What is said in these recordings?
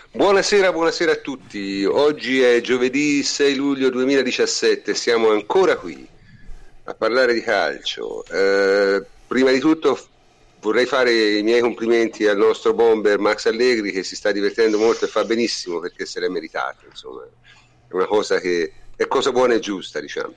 Buonasera, buonasera a tutti. Oggi è giovedì 6 luglio 2017, siamo ancora qui a parlare di calcio. Prima di tutto vorrei fare i miei complimenti al nostro bomber Max Allegri, che si sta divertendo molto e fa benissimo, perché se l'è meritato, insomma. È una cosa che è cosa buona e giusta, diciamo.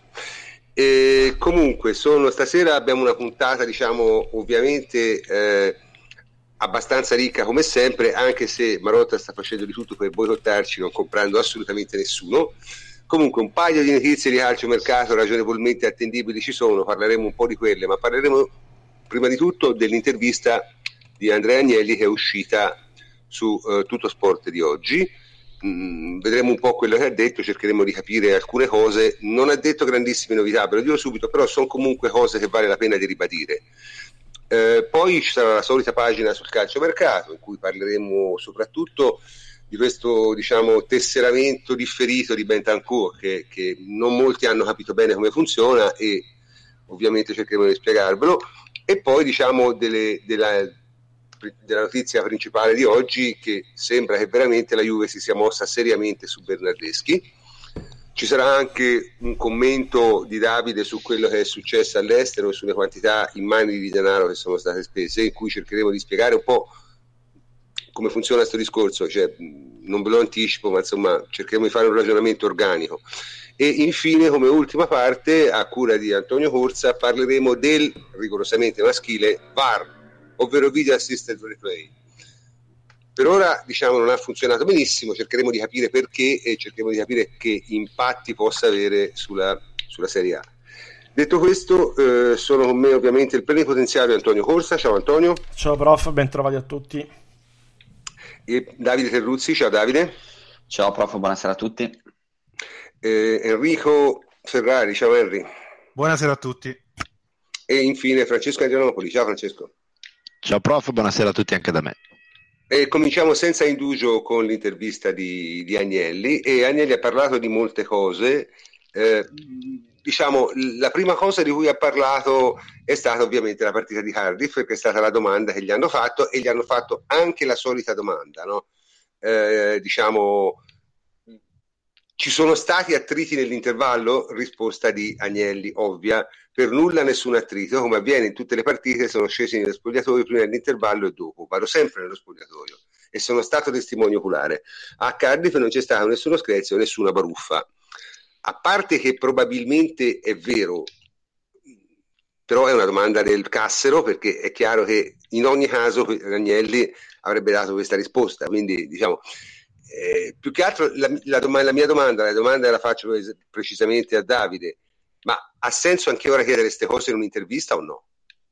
E comunque stasera abbiamo una puntata, diciamo, ovviamente abbastanza ricca come sempre, anche se Marotta sta facendo di tutto per boicottarci, non comprando assolutamente nessuno. Comunque un paio di notizie di calciomercato ragionevolmente attendibili ci sono, parleremo un po' di quelle, ma parleremo prima di tutto dell'intervista di Andrea Agnelli che è uscita su Tutto Sport di oggi. Vedremo un po' quello che ha detto, cercheremo di capire alcune cose. Non ha detto grandissime novità, ve lo dico subito, però sono comunque cose che vale la pena di ribadire. Poi ci sarà la solita pagina sul calciomercato in cui parleremo soprattutto di questo, diciamo, tesseramento differito di Bentancur che non molti hanno capito bene come funziona e ovviamente cercheremo di spiegarvelo. E poi diciamo della notizia principale di oggi, che sembra che veramente la Juve si sia mossa seriamente su Bernardeschi. Ci sarà anche un commento di Davide su quello che è successo all'estero e sulle quantità immani di denaro che sono state spese, in cui cercheremo di spiegare un po' come funziona questo discorso, cioè, non ve lo anticipo, ma insomma cercheremo di fare un ragionamento organico. E infine, come ultima parte, a cura di Antonio Corsa, parleremo del rigorosamente maschile VAR, ovvero Video Assisted Replay. Per ora, diciamo, non ha funzionato benissimo, cercheremo di capire perché e cercheremo di capire che impatti possa avere sulla Serie A. Detto questo, sono con me ovviamente il plenipotenziario Antonio Corsa. Ciao Antonio. Ciao prof, ben trovati a tutti. E Davide Terruzzi. Ciao Davide. Ciao prof, buonasera a tutti. Enrico Ferrari. Ciao Henry. Buonasera a tutti. E infine Francesco Adrianopoli. Ciao Francesco. Ciao prof, buonasera a tutti anche da me. E cominciamo senza indugio con l'intervista di Agnelli. E Agnelli ha parlato di molte cose. Diciamo, la prima cosa di cui ha parlato è stata ovviamente la partita di Cardiff, perché è stata la domanda che gli hanno fatto, e gli hanno fatto anche la solita domanda, no? Diciamo, ci sono stati attriti nell'intervallo? Risposta di Agnelli ovvia: per nulla nessun attrito, come avviene in tutte le partite. Sono scesi nello spogliatoio prima dell'intervallo e dopo, vado sempre nello spogliatoio e sono stato testimone oculare. A Cardiff non c'è stato nessuno screzio, nessuna baruffa. A parte che probabilmente è vero, però è una domanda del cassero, perché è chiaro che in ogni caso Agnelli avrebbe dato questa risposta, quindi diciamo più che altro la mia domanda la faccio precisamente a Davide: ma ha senso anche ora chiedere queste cose in un'intervista o no?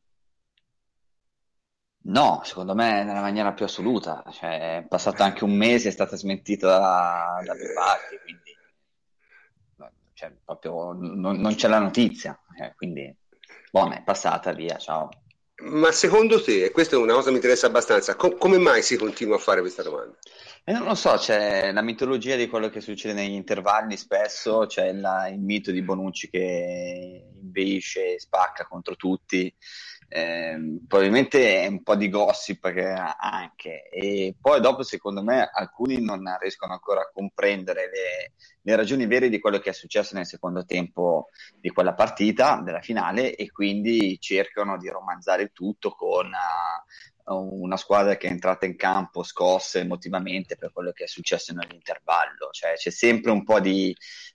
No, secondo me nella maniera più assoluta, cioè, è passato anche un mese, è stata smentita da più parti, quindi cioè, proprio non c'è la notizia, quindi buona, è passata, via, ciao. Ma secondo te, e questa è una cosa che mi interessa abbastanza, come mai si continua a fare questa domanda? Non lo so, c'è la mitologia di quello che succede negli intervalli, spesso c'è il mito di Bonucci che inveisce e spacca contro tutti. Probabilmente è un po' di gossip anche, e poi dopo secondo me alcuni non riescono ancora a comprendere le ragioni vere di quello che è successo nel secondo tempo di quella partita, della finale, e quindi cercano di romanzare il tutto con una squadra che è entrata in campo scossa emotivamente per quello che è successo nell'intervallo. Cioè, c'è sempre un po' di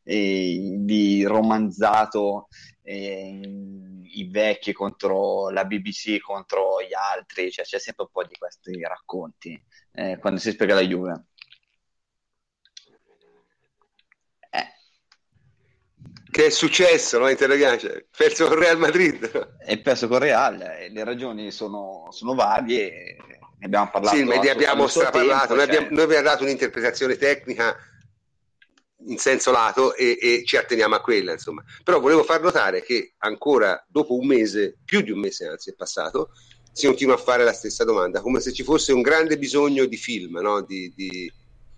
romanzato, i vecchi contro la BBC, contro gli altri, cioè c'è sempre un po' di questi racconti quando si spiega la Juve. Che è successo, no? Interrogante, perso con Real Madrid. È perso con Real, le ragioni sono varie, ne abbiamo parlato. Sì, ma ne abbiamo straparlato, noi abbiamo dato un'interpretazione tecnica in senso lato e ci atteniamo a quella, insomma. Però volevo far notare che ancora dopo un mese, più di un mese anzi è passato, si continua a fare la stessa domanda, come se ci fosse un grande bisogno di film, no? Di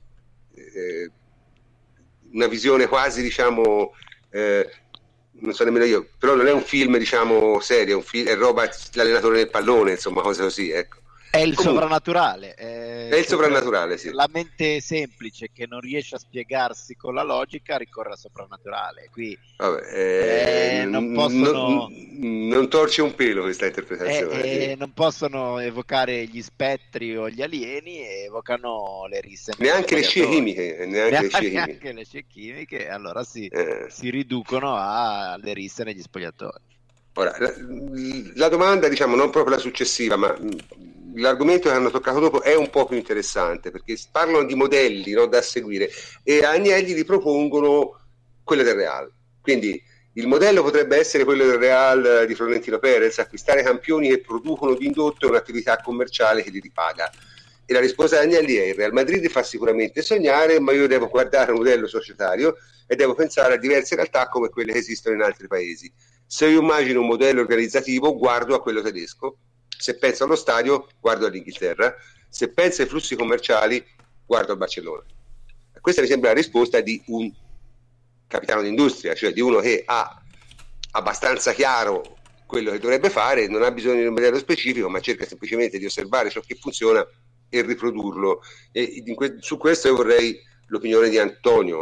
una visione quasi, diciamo, non so nemmeno io, però non è un film, diciamo, serio, è roba l'allenatore del pallone, insomma, cose così, ecco. È il Comunque, soprannaturale. è il soprannaturale, sì. La mente semplice che non riesce a spiegarsi con la logica ricorre al soprannaturale. Qui Vabbè, non possono... non torce un pelo questa interpretazione. non possono evocare gli spettri o gli alieni, e evocano le risse. Neanche le scie chimiche. Neanche le scie chimiche, allora si riducono alle risse negli spogliatori. Ora, la domanda, diciamo, non proprio la successiva, ma l'argomento che hanno toccato dopo è un po' più interessante, perché parlano di modelli, no, da seguire, e a Agnelli li propongono quello del Real. Quindi il modello potrebbe essere quello del Real di Florentino Perez, acquistare campioni che producono d'indotto un'attività commerciale che li ripaga. E la risposta di Agnelli è: il Real Madrid fa sicuramente sognare, ma io devo guardare un modello societario e devo pensare a diverse realtà come quelle che esistono in altri paesi. Se io immagino un modello organizzativo, guardo a quello tedesco. Se penso allo stadio, guardo all'Inghilterra. Se penso ai flussi commerciali, guardo al Barcellona. Questa mi sembra la risposta di un capitano d'industria, cioè di uno che ha abbastanza chiaro quello che dovrebbe fare, non ha bisogno di un modello specifico, ma cerca semplicemente di osservare ciò che funziona e riprodurlo. E su questo io vorrei l'opinione di Antonio.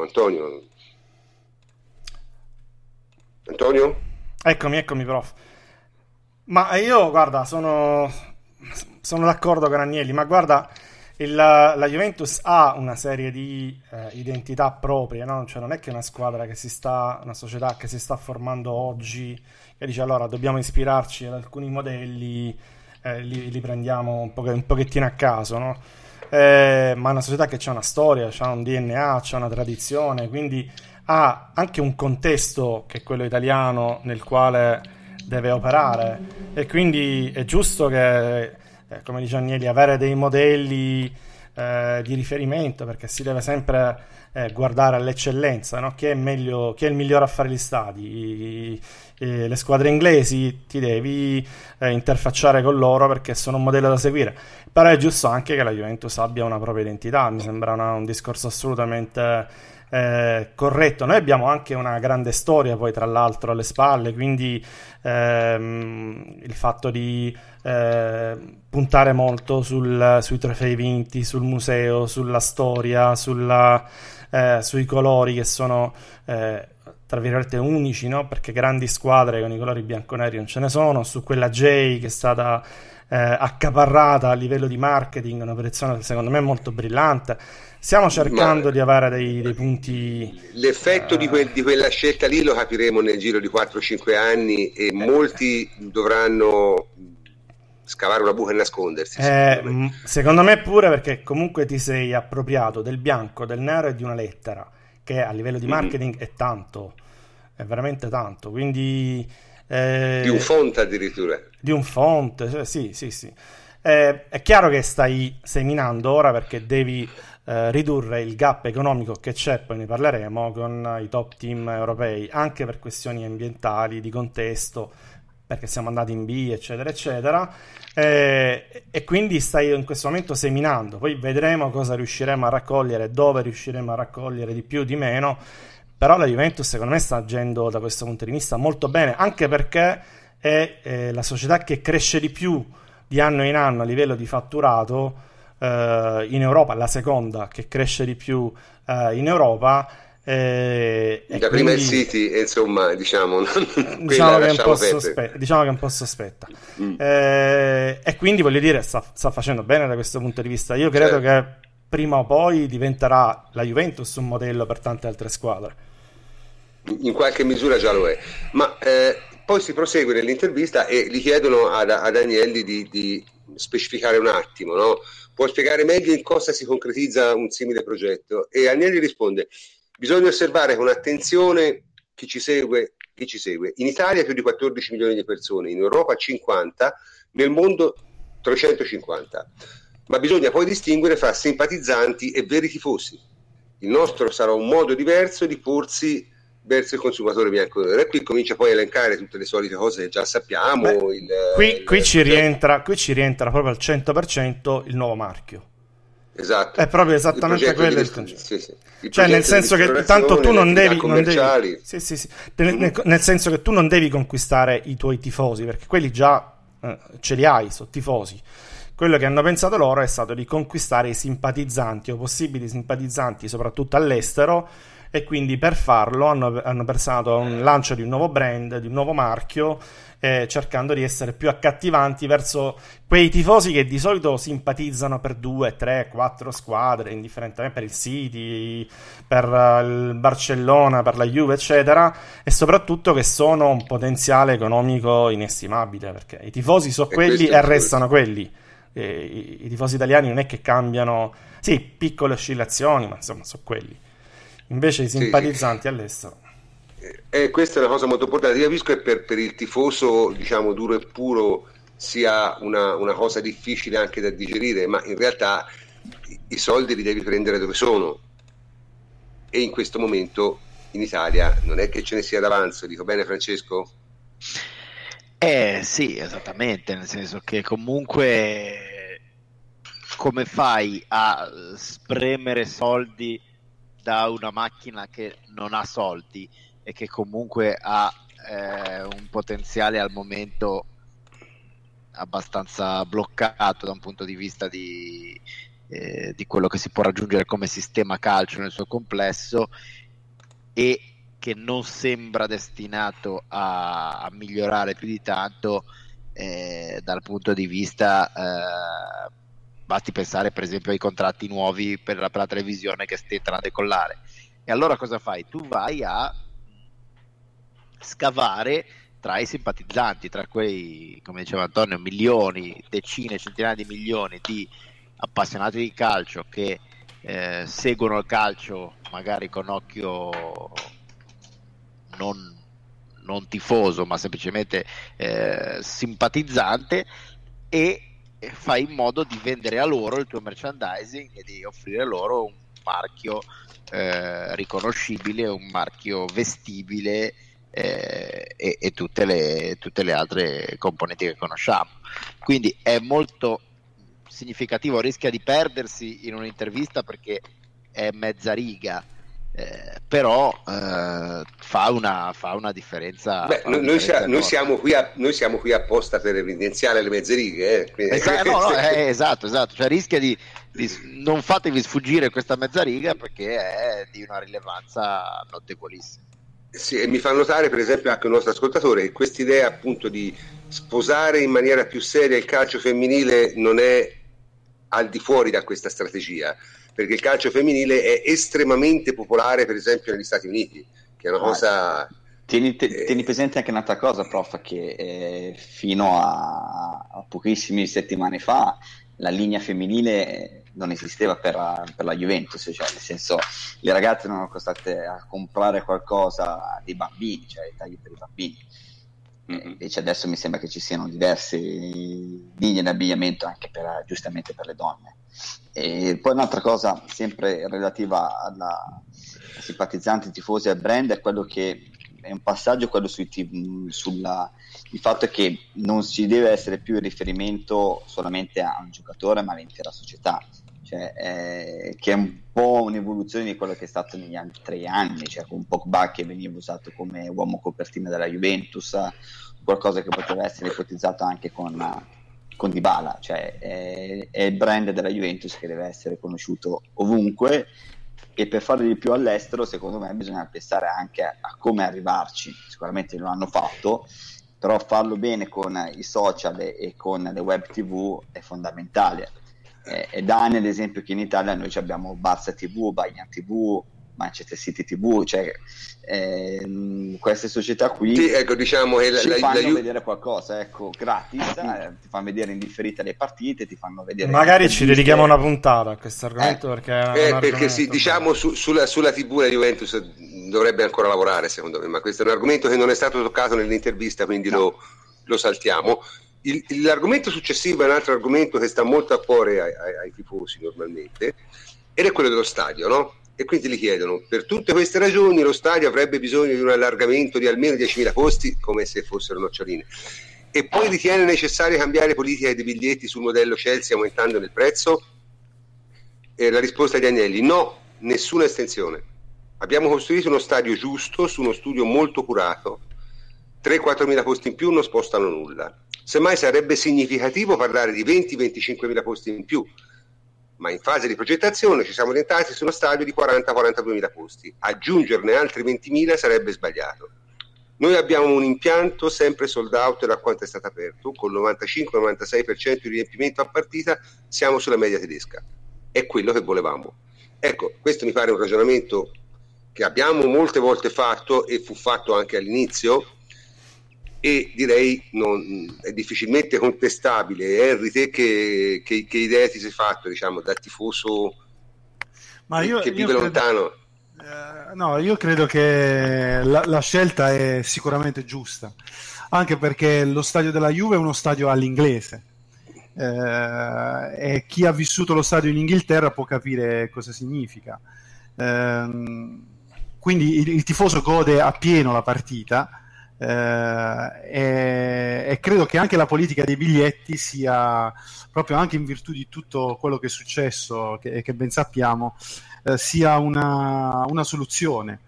Antonio? Eccomi, prof. Ma io, guarda, sono d'accordo con Agnelli, ma guarda, la Juventus ha una serie di identità proprie, no? Cioè non è che una società che si sta formando oggi, che dice allora dobbiamo ispirarci ad alcuni modelli, li prendiamo un pochettino a caso, no? Ma è una società che ha una storia, ha un DNA, ha una tradizione, quindi ha anche un contesto che è quello italiano nel quale deve operare, e quindi è giusto che, come dice Agnelli, avere dei modelli di riferimento, perché si deve sempre guardare all'eccellenza, no? Chi è il migliore a fare gli stadi? Le squadre inglesi, ti devi interfacciare con loro perché sono un modello da seguire. Però è giusto anche che la Juventus abbia una propria identità, mi sembra un discorso assolutamente corretto. Noi abbiamo anche una grande storia poi tra l'altro alle spalle, quindi il fatto di puntare molto sui trofei vinti, sul museo, sulla storia, sui colori che sono tra virgolette unici, no? Perché grandi squadre con i colori bianconeri non ce ne sono. Su quella J, che è stata accaparrata a livello di marketing, un'operazione secondo me molto brillante. Stiamo cercando di avere dei punti. L'effetto di quella scelta lì lo capiremo nel giro di 4-5 anni, e molti dovranno scavare una buca e nascondersi. Secondo me pure, perché comunque ti sei appropriato del bianco, del nero e di una lettera, che a livello di marketing è tanto, è veramente tanto. Quindi di un font addirittura. Di un font, cioè, sì. È chiaro che stai seminando ora, perché devi ridurre il gap economico che c'è, poi ne parleremo, con i top team europei, anche per questioni ambientali, di contesto, perché siamo andati in B, eccetera eccetera, e quindi stai in questo momento seminando. Poi vedremo cosa riusciremo a raccogliere, dove riusciremo a raccogliere di più, di meno. Però la Juventus secondo me sta agendo da questo punto di vista molto bene, anche perché è la società che cresce di più di anno in anno a livello di fatturato in Europa, la seconda che cresce di più in Europa. Da prima il City, insomma, diciamo che è un po' sospetta. E quindi voglio dire, sta facendo bene da questo punto di vista. Io credo che prima o poi diventerà la Juventus un modello per tante altre squadre. In qualche misura già lo è, ma poi si prosegue nell'intervista e gli chiedono ad Agnelli di specificare un attimo, no? Può spiegare meglio in cosa si concretizza un simile progetto? E Agnelli risponde: bisogna osservare con attenzione chi ci segue. In Italia più di 14 milioni di persone, in Europa 50, nel mondo 350. Ma bisogna poi distinguere fra simpatizzanti e veri tifosi. Il nostro sarà un modo diverso di porsi verso il consumatore bianconero, e qui comincia poi a elencare tutte le solite cose che già sappiamo. Qui ci rientra proprio al 100% il nuovo marchio. Esatto, è proprio esattamente quello il concetto. Sì. Cioè, nel senso che tanto tu non devi nel senso che tu non devi conquistare i tuoi tifosi, perché quelli già ce li hai, sono tifosi. quello che hanno pensato loro è stato di conquistare i simpatizzanti o possibili simpatizzanti, soprattutto all'estero, e quindi per farlo hanno pensato a un lancio di un nuovo brand, di un nuovo marchio, cercando di essere più accattivanti verso quei tifosi che di solito simpatizzano per 2, 3, 4 squadre, indifferentemente per il City, per il Barcellona, per la Juve, eccetera, e soprattutto che sono un potenziale economico inestimabile, perché i tifosi sono quelli e restano quelli. I tifosi italiani non è che cambiano, sì, piccole oscillazioni, ma insomma sono quelli. Invece i simpatizzanti all'estero. Questa è una cosa molto importante. Io capisco che per il tifoso, diciamo, duro e puro sia una cosa difficile anche da digerire, ma in realtà i soldi li devi prendere dove sono, e in questo momento in Italia non è che ce ne sia d'avanzo. Dico bene, Francesco? Sì, esattamente, nel senso che comunque come fai a spremere soldi da una macchina che non ha soldi e che comunque ha un potenziale al momento abbastanza bloccato da un punto di vista di quello che si può raggiungere come sistema calcio nel suo complesso, e che non sembra destinato a migliorare più di tanto dal punto di vista basti pensare per esempio ai contratti nuovi per la televisione che stentano a decollare. E allora cosa fai? Tu vai a scavare tra i simpatizzanti, tra quei, come diceva Antonio, milioni, decine, centinaia di milioni di appassionati di calcio che seguono il calcio magari con occhio non tifoso, ma semplicemente simpatizzante, e fai in modo di vendere a loro il tuo merchandising e di offrire loro un marchio riconoscibile, un marchio vestibile, e tutte le altre componenti che conosciamo. Quindi è molto significativo, rischia di perdersi in un'intervista perché è mezza riga, però fa una differenza. Beh, noi siamo qui apposta per evidenziare le mezze righe, quindi... esatto, cioè rischia di non fatevi sfuggire questa mezza riga perché è di una rilevanza notevolissima. Sì, e mi fa notare per esempio anche un nostro ascoltatore che quest'idea appunto di sposare in maniera più seria il calcio femminile non è al di fuori da questa strategia, perché il calcio femminile è estremamente popolare per esempio negli Stati Uniti, che è una cosa... Tieni presente anche un'altra cosa, prof, che fino a pochissime settimane fa la linea femminile non esisteva per la Juventus, cioè nel senso le ragazze non erano costate a comprare qualcosa dei bambini, cioè i tagli per i bambini. Invece adesso mi sembra che ci siano diverse linee di abbigliamento anche giustamente per le donne. E poi un'altra cosa sempre relativa alla simpatizzanti, tifosi e al brand è quello che è un passaggio, quello il fatto è che non si deve essere più il riferimento solamente a un giocatore ma all'intera società, cioè che è un po' un'evoluzione di quello che è stato negli altri anni, cioè con Pogba che veniva usato come uomo copertina della Juventus, qualcosa che poteva essere ipotizzato anche con Dybala, cioè è il brand della Juventus che deve essere conosciuto ovunque, e per fare di più all'estero secondo me bisogna pensare anche a come arrivarci. Sicuramente lo hanno fatto, però farlo bene con i social e con le web tv è fondamentale. È da anni ad esempio che in Italia noi abbiamo Barça TV, Bayern TV, Manchester City TV, cioè queste società qui sì, ecco, diciamo che ci fanno vedere qualcosa, ecco, gratis, ti fanno vedere in differita le partite, ti fanno vedere magari ci dedichiamo una puntata a questo argomento, perché sì, diciamo sulla TV la Juventus dovrebbe ancora lavorare secondo me, ma questo è un argomento che non è stato toccato nell'intervista, quindi lo saltiamo. L'argomento successivo è un altro argomento che sta molto a cuore ai tifosi normalmente, ed è quello dello stadio, no? E quindi gli chiedono: per tutte queste ragioni lo stadio avrebbe bisogno di un allargamento di almeno 10.000 posti, come se fossero noccioline, e poi ritiene necessario cambiare politica dei biglietti sul modello Chelsea aumentando il prezzo? E la risposta di Agnelli: no, nessuna estensione. Abbiamo costruito uno stadio giusto su uno studio molto curato, 3-4.000 posti in più non spostano nulla. Semmai sarebbe significativo parlare di 20-25 mila posti in più, ma in fase di progettazione ci siamo orientati su uno stadio di 40-42 mila posti. Aggiungerne altri 20 mila sarebbe sbagliato. Noi abbiamo un impianto sempre sold out da quanto è stato aperto, con il 95-96% di riempimento a partita, siamo sulla media tedesca. È quello che volevamo. Ecco, questo mi pare un ragionamento che abbiamo molte volte fatto e fu fatto anche all'inizio, e direi è difficilmente contestabile. Henry, te che idea ti sei fatto, diciamo, da tifoso che vive lontano? No, io credo che la scelta è sicuramente giusta, anche perché lo stadio della Juve è uno stadio all'inglese, e chi ha vissuto lo stadio in Inghilterra può capire cosa significa. Quindi il tifoso gode appieno la partita, e credo che anche la politica dei biglietti sia, proprio anche in virtù di tutto quello che è successo, che ben sappiamo, sia una soluzione,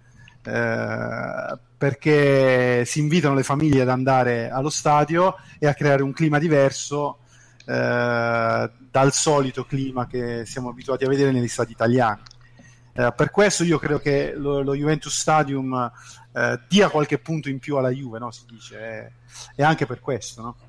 perché si invitano le famiglie ad andare allo stadio e a creare un clima diverso dal solito clima che siamo abituati a vedere negli stadi italiani. Per questo io credo che lo Juventus Stadium dia qualche punto in più alla Juve, no? Si dice, e anche per questo, no?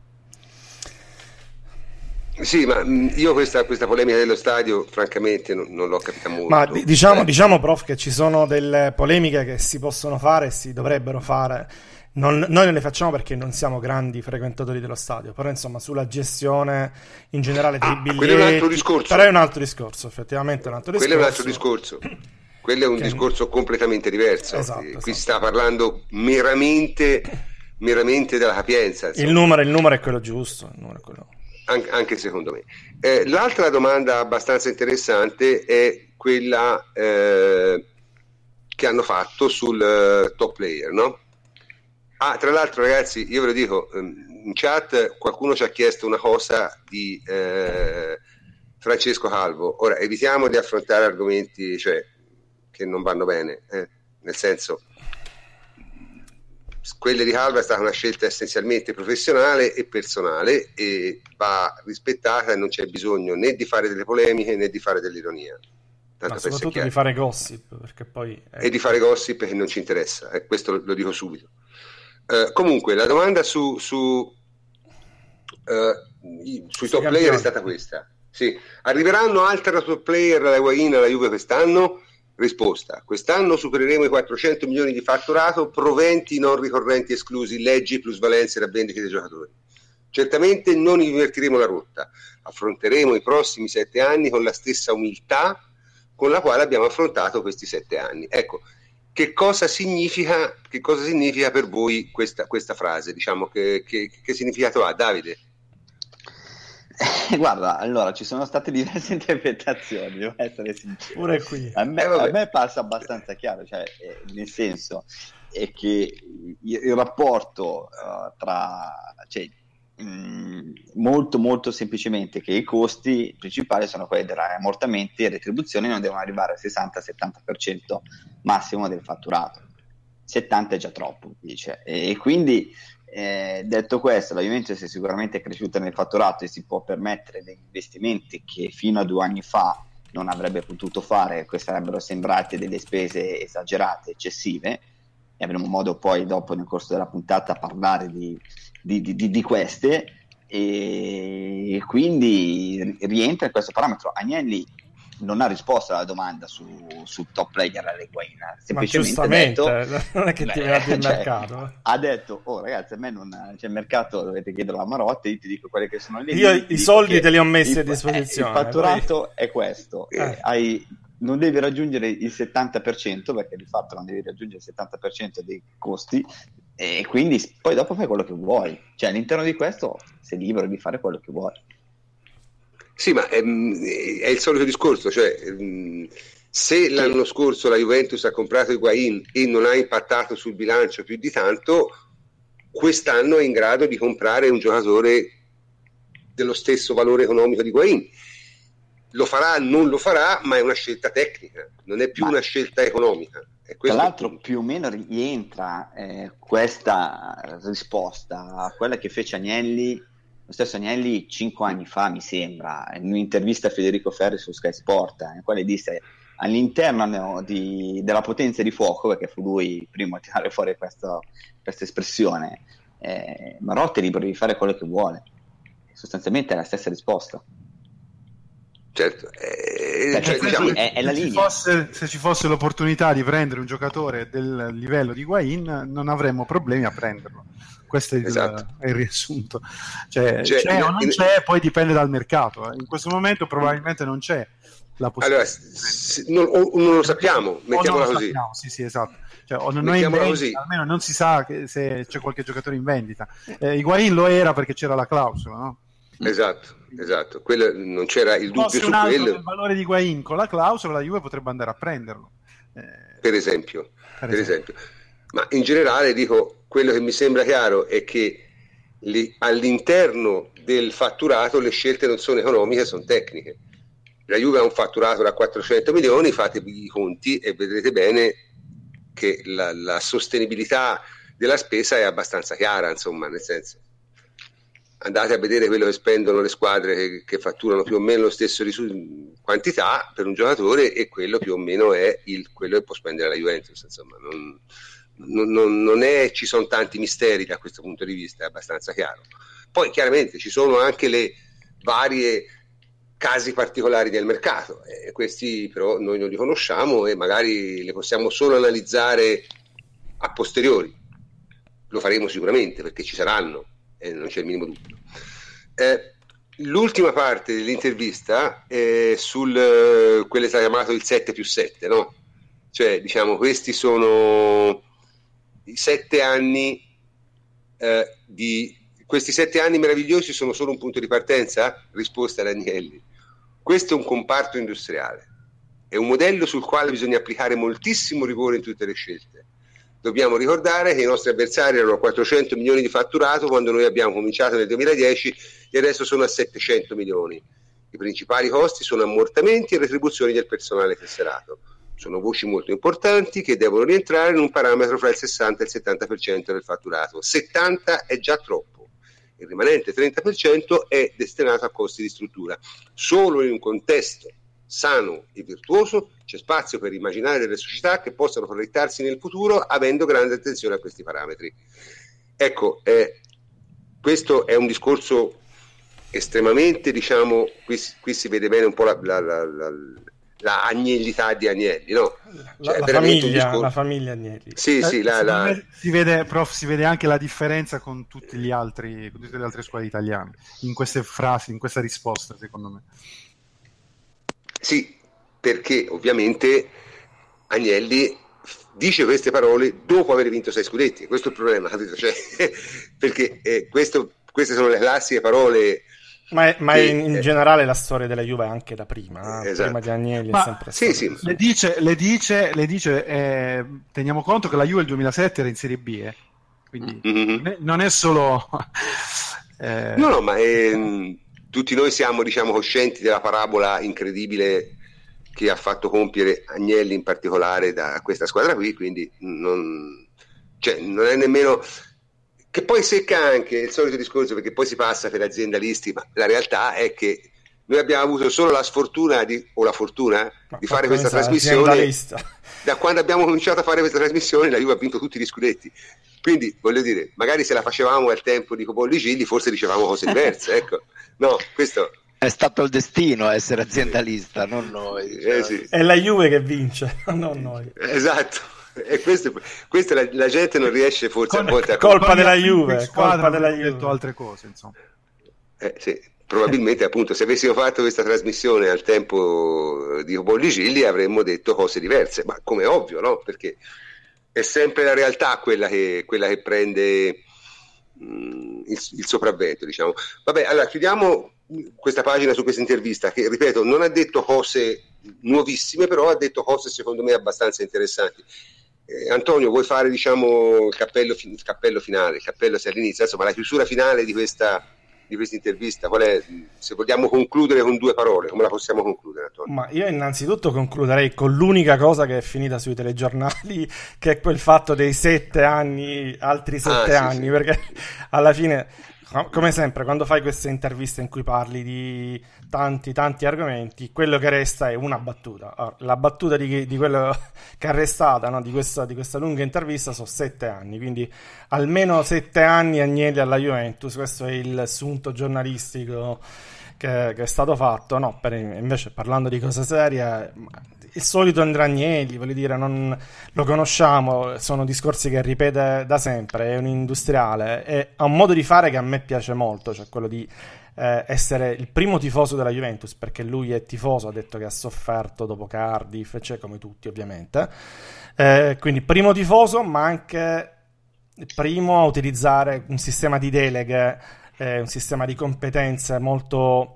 Sì, ma io questa polemica dello stadio francamente non l'ho capita molto. Ma diciamo prof, che ci sono delle polemiche che si possono fare e si dovrebbero fare. Noi non le facciamo perché non siamo grandi frequentatori dello stadio, però insomma sulla gestione in generale dei biglietti, quello è un altro discorso. Però è un altro discorso, effettivamente è un altro discorso. Quello è un altro discorso. Quello è un discorso completamente diverso. Esatto. Qui si sta parlando meramente della capienza. Insomma. Il numero è quello giusto, il numero è quello. Anche secondo me. L'altra domanda abbastanza interessante è quella che hanno fatto sul top player, no? Tra l'altro, ragazzi, io ve lo dico, in chat qualcuno ci ha chiesto una cosa di Francesco Calvo. Ora, evitiamo di affrontare argomenti, cioè, che non vanno bene, nel senso, quella di Calvo è stata una scelta essenzialmente professionale e personale, e va rispettata, e non c'è bisogno né di fare delle polemiche né di fare dell'ironia. Ma soprattutto di fare gossip, perché poi e di fare gossip che non ci interessa, questo lo dico subito. Comunque la domanda sui top player è stata questa: sì, arriveranno altri top player alla Higuaín, alla Juve quest'anno? Risposta: quest'anno supereremo i 400 milioni di fatturato, proventi non ricorrenti esclusi, leggi, plusvalenze e vendite dei giocatori. Certamente non invertiremo la rotta, affronteremo i prossimi 7 anni con la stessa umiltà con la quale abbiamo affrontato questi 7 anni. Ecco, che cosa significa per voi questa frase? Diciamo, che significato ha, Davide? Guarda, allora ci sono state diverse interpretazioni, devo essere sincero. Pure qui. A me passa abbastanza chiaro, cioè, nel senso è che il rapporto cioè, molto molto semplicemente che i costi principali sono quelli degli ammortamenti e retribuzioni, non devono arrivare al 60-70% massimo del fatturato. 70 è già troppo, dice, e quindi detto questo, la Juventus è sicuramente cresciuta nel fatturato e si può permettere degli investimenti che fino a 2 anni fa non avrebbe potuto fare. Queste sarebbero sembrate delle spese esagerate, eccessive, e avremo modo poi dopo nel corso della puntata parlare di queste, e quindi rientra in questo parametro. Agnelli non ha risposto alla domanda sul top player all'Higuaín, semplicemente ha detto, non è che ti vedi il mercato. Ha detto, ragazzi, a me non c'è il mercato, dovete chiederlo a Marotta, io ti dico quelle che sono le io i soldi te li ho messi a disposizione, il fatturato è questo, non devi raggiungere il 70%, perché di fatto non devi raggiungere il 70% dei costi, e quindi poi dopo fai quello che vuoi, cioè all'interno di questo sei libero di fare quello che vuoi. Sì, ma è il solito discorso, cioè se l'anno scorso la Juventus ha comprato Higuaín e non ha impattato sul bilancio più di tanto, quest'anno è in grado di comprare un giocatore dello stesso valore economico di Higuaín. Lo farà, non lo farà, ma è una scelta tecnica, non è più una scelta economica. Tra l'altro più o meno rientra questa risposta a quella che fece Agnelli lo stesso Agnelli 5 anni fa, mi sembra, in un'intervista a Federico Ferri su Sky Sport, nel quale disse all'interno della potenza di fuoco, perché fu lui il primo a tirare fuori questa espressione, Marotta è libero di fare quello che vuole. Sostanzialmente è la stessa risposta. Certo, diciamo, è la linea. Se ci fosse l'opportunità di prendere un giocatore del livello di Higuaín, non avremmo problemi a prenderlo. Questo è il riassunto. C'è o non c'è, poi dipende dal mercato. In questo momento probabilmente non c'è la possibilità. Allora, non lo sappiamo, mettiamola così. Sappiamo, sì, esatto. Cioè, o non è in vendita, così. Almeno non si sa se c'è qualche giocatore in vendita. Higuaín lo era perché c'era la clausola, no? Esatto. Quello, non c'era il dubbio su quello. Il valore di Higuaín con la clausola, la Juve potrebbe andare a prenderlo. Per esempio. Ma in generale dico, quello che mi sembra chiaro è che all'interno del fatturato le scelte non sono economiche, sono tecniche. La Juve ha un fatturato da 400 milioni, fatevi i conti e vedrete bene che la sostenibilità della spesa è abbastanza chiara, insomma, nel senso, andate a vedere quello che spendono le squadre che fatturano più o meno lo stesso quantità per un giocatore e quello più o meno è quello che può spendere la Juventus, insomma, non è, ci sono tanti misteri da questo punto di vista, è abbastanza chiaro. Poi chiaramente ci sono anche le varie casi particolari del mercato, questi però noi non li conosciamo e magari li possiamo solo analizzare a posteriori. Lo faremo sicuramente perché ci saranno, non c'è il minimo dubbio. L'ultima parte dell'intervista è quello che è stato chiamato il 7+7, no? Cioè, diciamo, questi sono i 7 anni questi 7 anni meravigliosi sono solo un punto di partenza? Risposta da Agnelli. Questo è un comparto industriale, è un modello sul quale bisogna applicare moltissimo rigore in tutte le scelte. Dobbiamo ricordare che i nostri avversari erano a 400 milioni di fatturato quando noi abbiamo cominciato nel 2010 e adesso sono a 700 milioni. I principali costi sono ammortamenti e retribuzioni del personale tesserato. Sono voci molto importanti che devono rientrare in un parametro fra il 60 e il 70% del fatturato. 70 è già troppo. Il rimanente 30% è destinato a costi di struttura. Solo in un contesto sano e virtuoso c'è spazio per immaginare delle società che possano proiettarsi nel futuro avendo grande attenzione a questi parametri. Ecco, questo è un discorso estremamente, diciamo, qui si vede bene un po' la agnellità di Agnelli, no? La famiglia Agnelli. Sì, si vede anche la differenza con tutte le altre squadre italiane in queste frasi, in questa risposta, secondo me. Sì, perché ovviamente Agnelli dice queste parole dopo aver vinto 6 scudetti, questo è il problema, capito? Cioè, perché queste sono le classiche parole. Ma in generale la storia della Juve anche da prima, esatto. Prima di Agnelli è sempre stato. Sì. Le dice teniamo conto che la Juve il 2007 era in Serie B, quindi non è solo no, ma tutti noi siamo, diciamo, coscienti della parabola incredibile che ha fatto compiere Agnelli in particolare da questa squadra qui, quindi non è nemmeno, che poi secca anche il solito discorso perché poi si passa per aziendalisti, ma la realtà è che noi abbiamo avuto solo la sfortuna o la fortuna di fare questa trasmissione. Da quando abbiamo cominciato a fare questa trasmissione la Juve ha vinto tutti gli scudetti, quindi voglio dire, magari se la facevamo al tempo di Copolli Gilli forse dicevamo cose diverse, ecco. No, questo è stato il destino essere aziendalista, non noi. Sì. È la Juve che vince, non noi. Esatto. E questo la gente non riesce forse a volte a colpa della Juve, colpa della Juve. Altre cose, insomma. Sì, probabilmente appunto se avessimo fatto questa trasmissione al tempo di Copolli Gilli avremmo detto cose diverse, ma come ovvio, no? Perché è sempre la realtà quella che prende il sopravvento, diciamo. Vabbè, allora chiudiamo questa pagina su questa intervista che, ripeto, non ha detto cose nuovissime, però ha detto cose secondo me abbastanza interessanti. Antonio, vuoi fare, diciamo, il cappello finale, il cappello se all'inizio, insomma la chiusura finale di questa intervista, qual è, se vogliamo concludere con 2 parole, come la possiamo concludere, Antonio? Ma io innanzitutto concluderei con l'unica cosa che è finita sui telegiornali, che è quel fatto dei 7 anni, altri 7 anni, sì. Perché alla fine come sempre, quando fai queste interviste in cui parli di tanti argomenti, quello che resta è una battuta. Ora, la battuta di quello che è restata, no, di questa lunga intervista sono 7 anni, quindi almeno 7 anni Agnelli alla Juventus. Questo è il sunto giornalistico che è stato fatto. No, invece, parlando di cose serie, il solito Andrea Agnelli, voglio dire, non lo conosciamo, sono discorsi che ripete da sempre, è un industriale e ha un modo di fare che a me piace molto, cioè quello di essere il primo tifoso della Juventus, perché lui è tifoso, ha detto che ha sofferto dopo Cardiff, cioè come tutti ovviamente, quindi primo tifoso, ma anche primo a utilizzare un sistema di deleghe, un sistema di competenze molto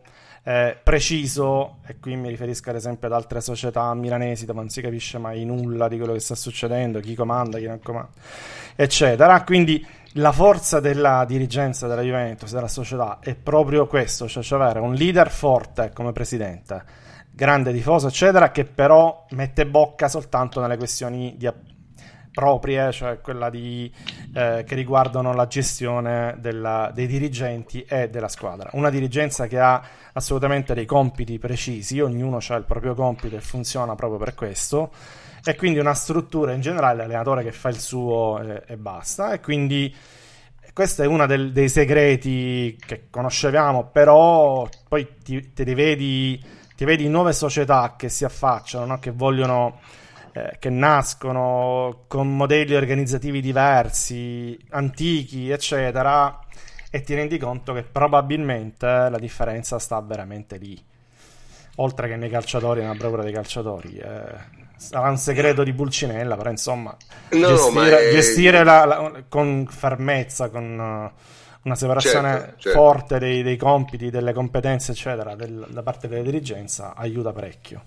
preciso, e qui mi riferisco ad esempio ad altre società milanesi dove non si capisce mai nulla di quello che sta succedendo, chi comanda, chi non comanda, eccetera. Quindi la forza della dirigenza della Juventus, della società, è proprio questo, cioè avere un leader forte come presidente, grande tifoso, eccetera, che però mette bocca soltanto nelle questioni proprie, cioè quella che riguardano la gestione dei dirigenti e della squadra. Una dirigenza che ha assolutamente dei compiti precisi, ognuno ha il proprio compito e funziona proprio per questo, e quindi una struttura in generale, l'allenatore che fa il suo e basta. E quindi questo è uno dei segreti che conoscevamo, però poi ti vedi nuove società che si affacciano, no? Che vogliono che nascono con modelli organizzativi diversi, antichi, eccetera, e ti rendi conto che probabilmente la differenza sta veramente lì, oltre che nei calciatori, nella bravura dei calciatori. Sarà un segreto di Pulcinella, però insomma gestire con fermezza, con una separazione certo. forte dei compiti, delle competenze, eccetera, da parte della dirigenza aiuta parecchio.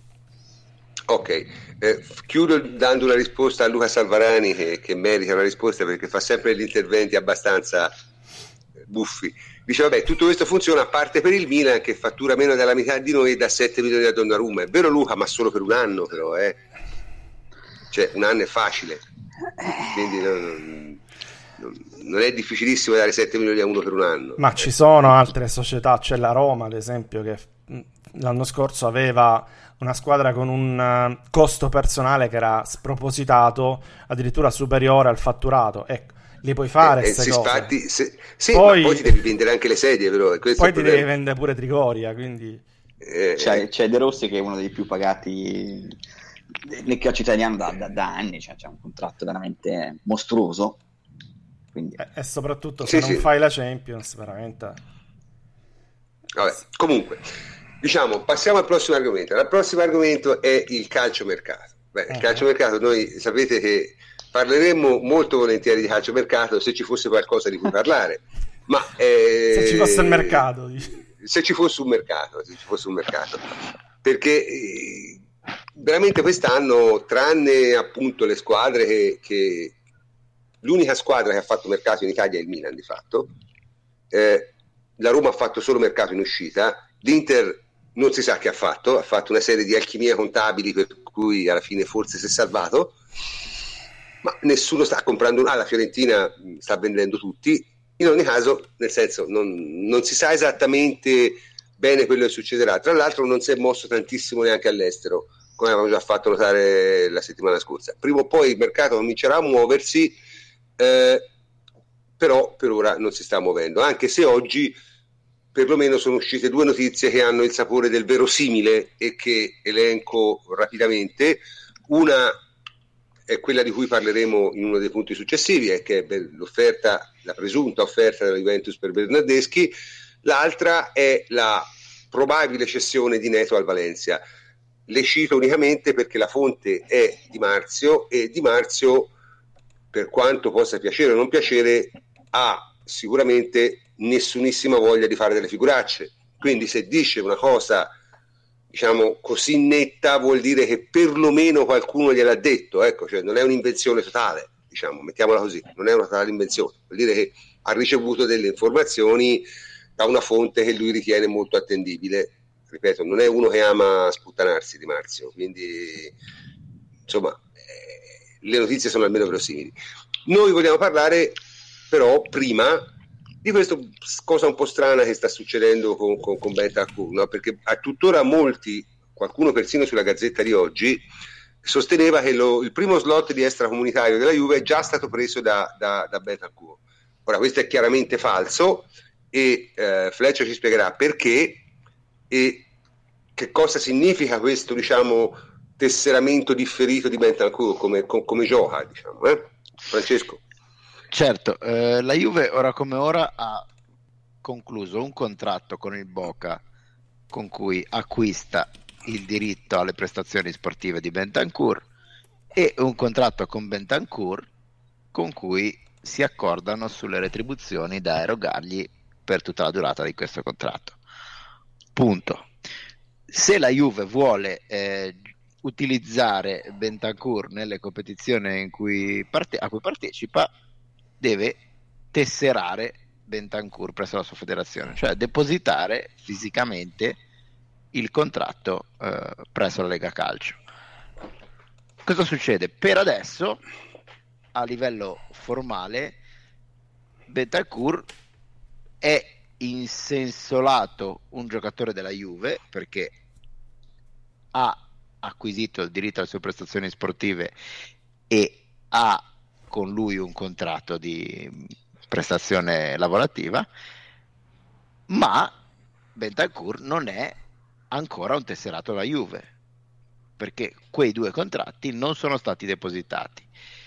Ok, chiudo dando una risposta a Luca Salvarani che merita una risposta perché fa sempre degli interventi abbastanza buffi. Dice vabbè, tutto questo funziona a parte per il Milan che fattura meno della metà di noi e dà 7 milioni da Donnarumma. È vero Luca, ma solo per un anno però, cioè un anno è facile, quindi non è difficilissimo dare 7 milioni a uno per un anno. Ma ci sono altre società, c'è la Roma ad esempio che l'anno scorso aveva una squadra con un costo personale che era spropositato, addirittura superiore al fatturato. Ecco, li puoi fare queste cose. Infatti, poi ti devi vendere anche le sedie, però. Poi ti devi vendere pure Trigoria, quindi... C'è De Rossi che è uno dei più pagati nel calcio italiano da anni, cioè c'è un contratto veramente mostruoso. Quindi... E soprattutto se non fai la Champions, veramente... Vabbè, comunque... Diciamo, passiamo al prossimo argomento. Il prossimo argomento è il calciomercato. Il calciomercato, noi sapete che parleremmo molto volentieri di calciomercato se ci fosse qualcosa di cui parlare. Ma se ci fosse il mercato, se ci fosse un mercato, perché veramente quest'anno, tranne appunto le squadre che l'unica squadra che ha fatto mercato in Italia è il Milan di fatto, la Roma ha fatto solo mercato in uscita, l'Inter non si sa che ha fatto una serie di alchimie contabili per cui alla fine forse si è salvato, ma nessuno sta comprando la Fiorentina sta vendendo tutti. In ogni caso, nel senso, non si sa esattamente bene quello che succederà. Tra l'altro non si è mosso tantissimo neanche all'estero, come avevamo già fatto notare la settimana scorsa. Prima o poi il mercato comincerà a muoversi, però per ora non si sta muovendo, anche se oggi perlomeno sono uscite 2 notizie che hanno il sapore del verosimile e che elenco rapidamente. Una è quella di cui parleremo in uno dei punti successivi, è che è la presunta offerta della Juventus per Bernardeschi. L'altra è la probabile cessione di Neto al Valencia. Le cito unicamente perché la fonte è Di Marzio, e Di Marzio, per quanto possa piacere o non piacere, ha sicuramente nessunissima voglia di fare delle figuracce. Quindi se dice una cosa, diciamo, così netta, vuol dire che perlomeno qualcuno gliel'ha detto, ecco, cioè non è un'invenzione totale, diciamo, mettiamola così, non è una totale invenzione, vuol dire che ha ricevuto delle informazioni da una fonte che lui ritiene molto attendibile. Ripeto, non è uno che ama sputtanarsi Di Marzio, quindi insomma le notizie sono almeno verosimili. Noi vogliamo parlare però prima di questa cosa un po' strana che sta succedendo con Bentancur, no? Perché a tuttora qualcuno persino sulla Gazzetta di oggi, sosteneva che il primo slot di extracomunitario della Juve è già stato preso da Bentancur. Ora, questo è chiaramente falso e Fletcher ci spiegherà perché e che cosa significa questo, diciamo, tesseramento differito di Bentancur, come gioca, diciamo, Francesco? Certo, la Juve ora come ora ha concluso un contratto con il Boca con cui acquista il diritto alle prestazioni sportive di Bentancur e un contratto con Bentancur con cui si accordano sulle retribuzioni da erogargli per tutta la durata di questo contratto. Punto. Se la Juve vuole utilizzare Bentancur nelle competizioni a cui partecipa, deve tesserare Bentancur presso la sua federazione, cioè depositare fisicamente il contratto presso la Lega Calcio. Cosa succede? Per adesso, a livello formale, Bentancur è in senso lato un giocatore della Juve perché ha acquisito il diritto alle sue prestazioni sportive e ha con lui un contratto di prestazione lavorativa, ma Bentancur non è ancora un tesserato alla Juve perché quei due contratti non sono stati depositati.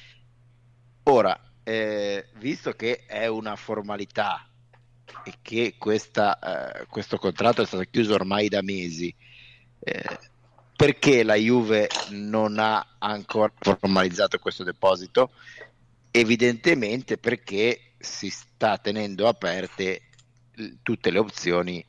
Ora, visto che è una formalità e che questo contratto è stato chiuso ormai da mesi, perché la Juve non ha ancora formalizzato questo deposito? Evidentemente perché si sta tenendo aperte tutte le opzioni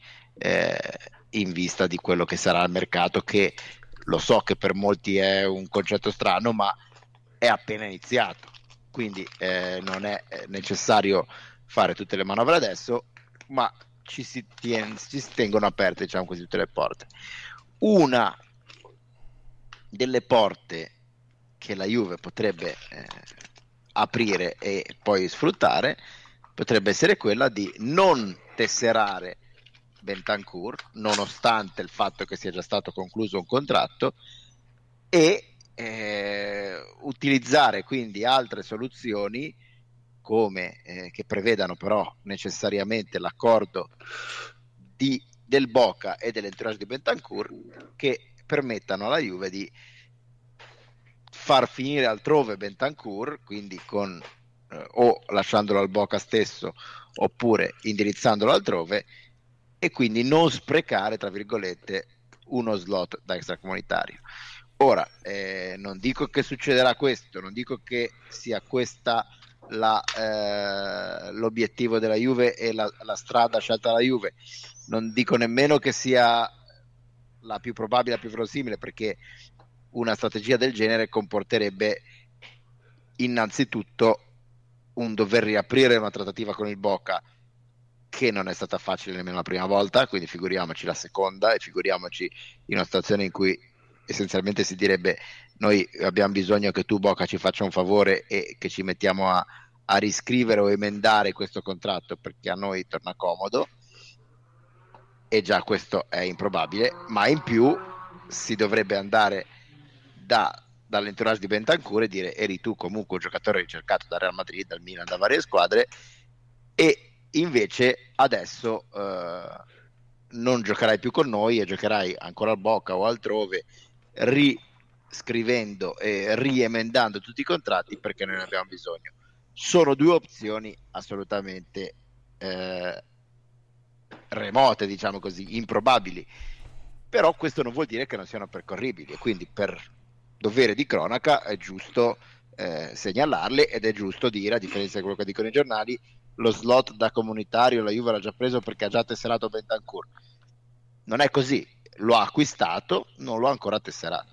in vista di quello che sarà il mercato, che lo so che per molti è un concetto strano, ma è appena iniziato, quindi non è necessario fare tutte le manovre adesso, ma ci si tengono aperte, diciamo così, tutte le porte. Una delle porte che la Juve potrebbe aprire e poi sfruttare potrebbe essere quella di non tesserare Bentancur nonostante il fatto che sia già stato concluso un contratto e utilizzare quindi altre soluzioni come che prevedano però necessariamente l'accordo del Boca e dell'entourage di Bentancur, che permettano alla Juve di far finire altrove Bentancur, quindi con o lasciandolo al Boca stesso oppure indirizzandolo altrove, e quindi non sprecare, tra virgolette, uno slot da extracomunitario. Ora, non dico che succederà questo, non dico che sia questa l'obiettivo della Juve e la strada scelta dalla Juve, non dico nemmeno che sia la più probabile, la più verosimile, perché una strategia del genere comporterebbe innanzitutto un dover riaprire una trattativa con il Boca che non è stata facile nemmeno la prima volta, quindi figuriamoci la seconda e figuriamoci in una situazione in cui essenzialmente si direbbe: noi abbiamo bisogno che tu Boca ci faccia un favore e che ci mettiamo a riscrivere o emendare questo contratto perché a noi torna comodo, e già questo è improbabile, ma in più si dovrebbe andare dall'entourage di Bentancur e dire: eri tu comunque un giocatore ricercato dal Real Madrid, dal Milan, da varie squadre, e invece adesso non giocherai più con noi e giocherai ancora al Boca o altrove, riscrivendo e riemendando tutti i contratti perché noi ne abbiamo bisogno. Sono due opzioni assolutamente remote, diciamo così, improbabili, però questo non vuol dire che non siano percorribili, e quindi per dovere di cronaca è giusto segnalarle, ed è giusto dire, a differenza di quello che dicono i giornali, lo slot da comunitario la Juve l'ha già preso perché ha già tesserato Bentancur. Non è così, lo ha acquistato, non lo ha ancora tesserato.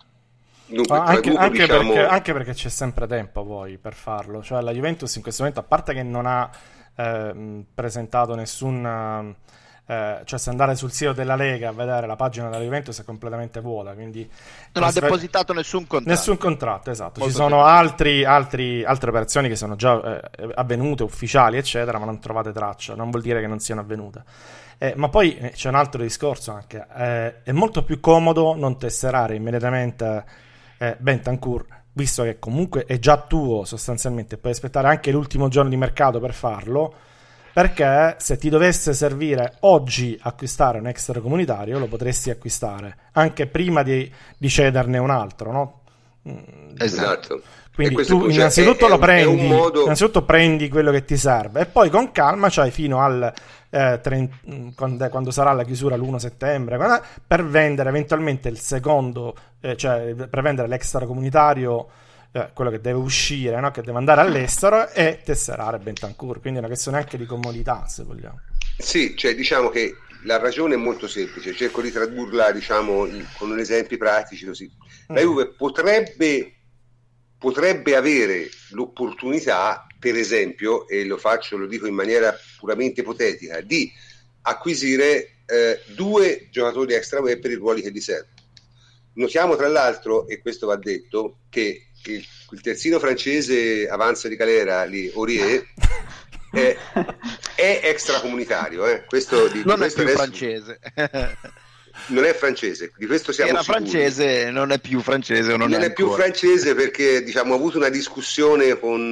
Anche perché c'è sempre tempo poi per farlo, cioè la Juventus in questo momento, a parte che non ha presentato nessun cioè se andare sul sito della Lega a vedere la pagina della Juventus è completamente vuota, quindi non ha depositato nessun contratto. Esatto. Molto ci sono altre operazioni che sono già avvenute, ufficiali eccetera, ma non trovate traccia, non vuol dire che non siano avvenute. Ma poi c'è un altro discorso anche, è molto più comodo non tesserare immediatamente Bentancur, visto che comunque è già tuo sostanzialmente, puoi aspettare anche l'ultimo giorno di mercato per farlo, perché se ti dovesse servire oggi acquistare un extracomunitario lo potresti acquistare anche prima di cederne un altro, no? Esatto. Quindi tu innanzitutto lo prendi, innanzitutto prendi quello che ti serve e poi con calma c'hai fino al quando sarà la chiusura l'1 settembre per vendere eventualmente il secondo, cioè per vendere l'extracomunitario, quello che deve uscire, no? Che deve andare all'estero, e tesserare Bentancur. Quindi è una questione anche di comodità, se vogliamo. Sì, cioè diciamo che la ragione è molto semplice, cerco di tradurla con esempi pratici così. La Juve potrebbe avere l'opportunità, per esempio, e lo dico in maniera puramente ipotetica, di acquisire 2 giocatori extra web per i ruoli che gli servono. Notiamo tra l'altro, e questo va detto, che il terzino francese avanza di Calera lì, Aurier, è extracomunitario. Questo non è più francese. Non è francese, di questo siamo Era sicuri. Francese, non è più francese. Non è più francese perché ho avuto una discussione con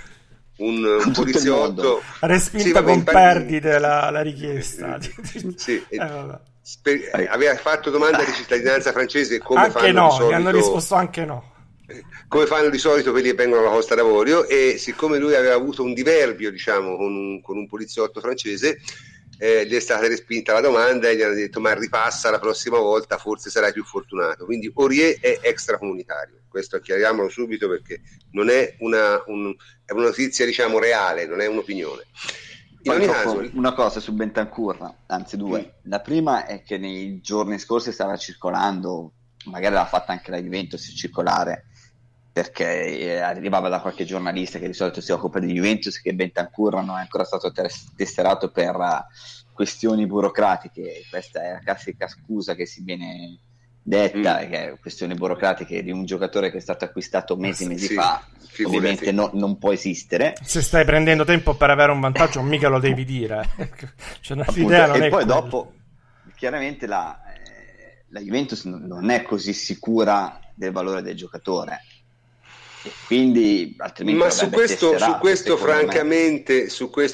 un poliziotto. Respinta con perdite la richiesta. Sì, aveva fatto domanda di cittadinanza francese, come anche fanno no, di solito. Gli hanno risposto anche no. Come fanno di solito quelli che vengono alla Costa d'Avorio, e siccome lui aveva avuto un diverbio con un poliziotto francese, gli è stata respinta la domanda e gli hanno detto: ma ripassa la prossima volta, forse sarai più fortunato. Quindi Aurier è extracomunitario, questo chiariamolo subito, perché non è è una notizia reale, non è un'opinione. In ogni caso, una cosa su Bentancur, anzi due. La prima è che nei giorni scorsi stava circolando, magari l'ha fatta anche la Juventus circolare, perché arrivava da qualche giornalista che di solito si occupa di Juventus, che Bentancur non è ancora stato tesserato per questioni burocratiche. Questa è la classica scusa che si viene detta, che è questioni burocratiche di un giocatore che è stato acquistato mesi fa. Ovviamente non può esistere. Se stai prendendo tempo per avere un vantaggio, mica lo devi dire. Cioè, l'idea non e è poi quella. Dopo chiaramente la Juventus non è così sicura del valore del giocatore, e quindi altrimenti ma su questo francamente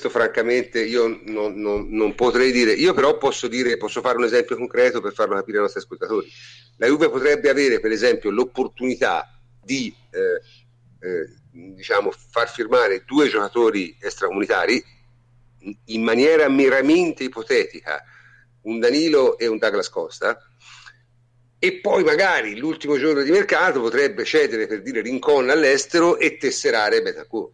io non potrei dire. Io però posso fare un esempio concreto per farlo capire ai nostri ascoltatori. La Juve potrebbe avere, per esempio, l'opportunità di far firmare 2 giocatori extracomunitari in maniera meramente ipotetica, un Danilo e un Douglas Costa, e poi magari l'ultimo giorno di mercato potrebbe cedere, per dire, Rincon all'estero e tesserare Bentancur.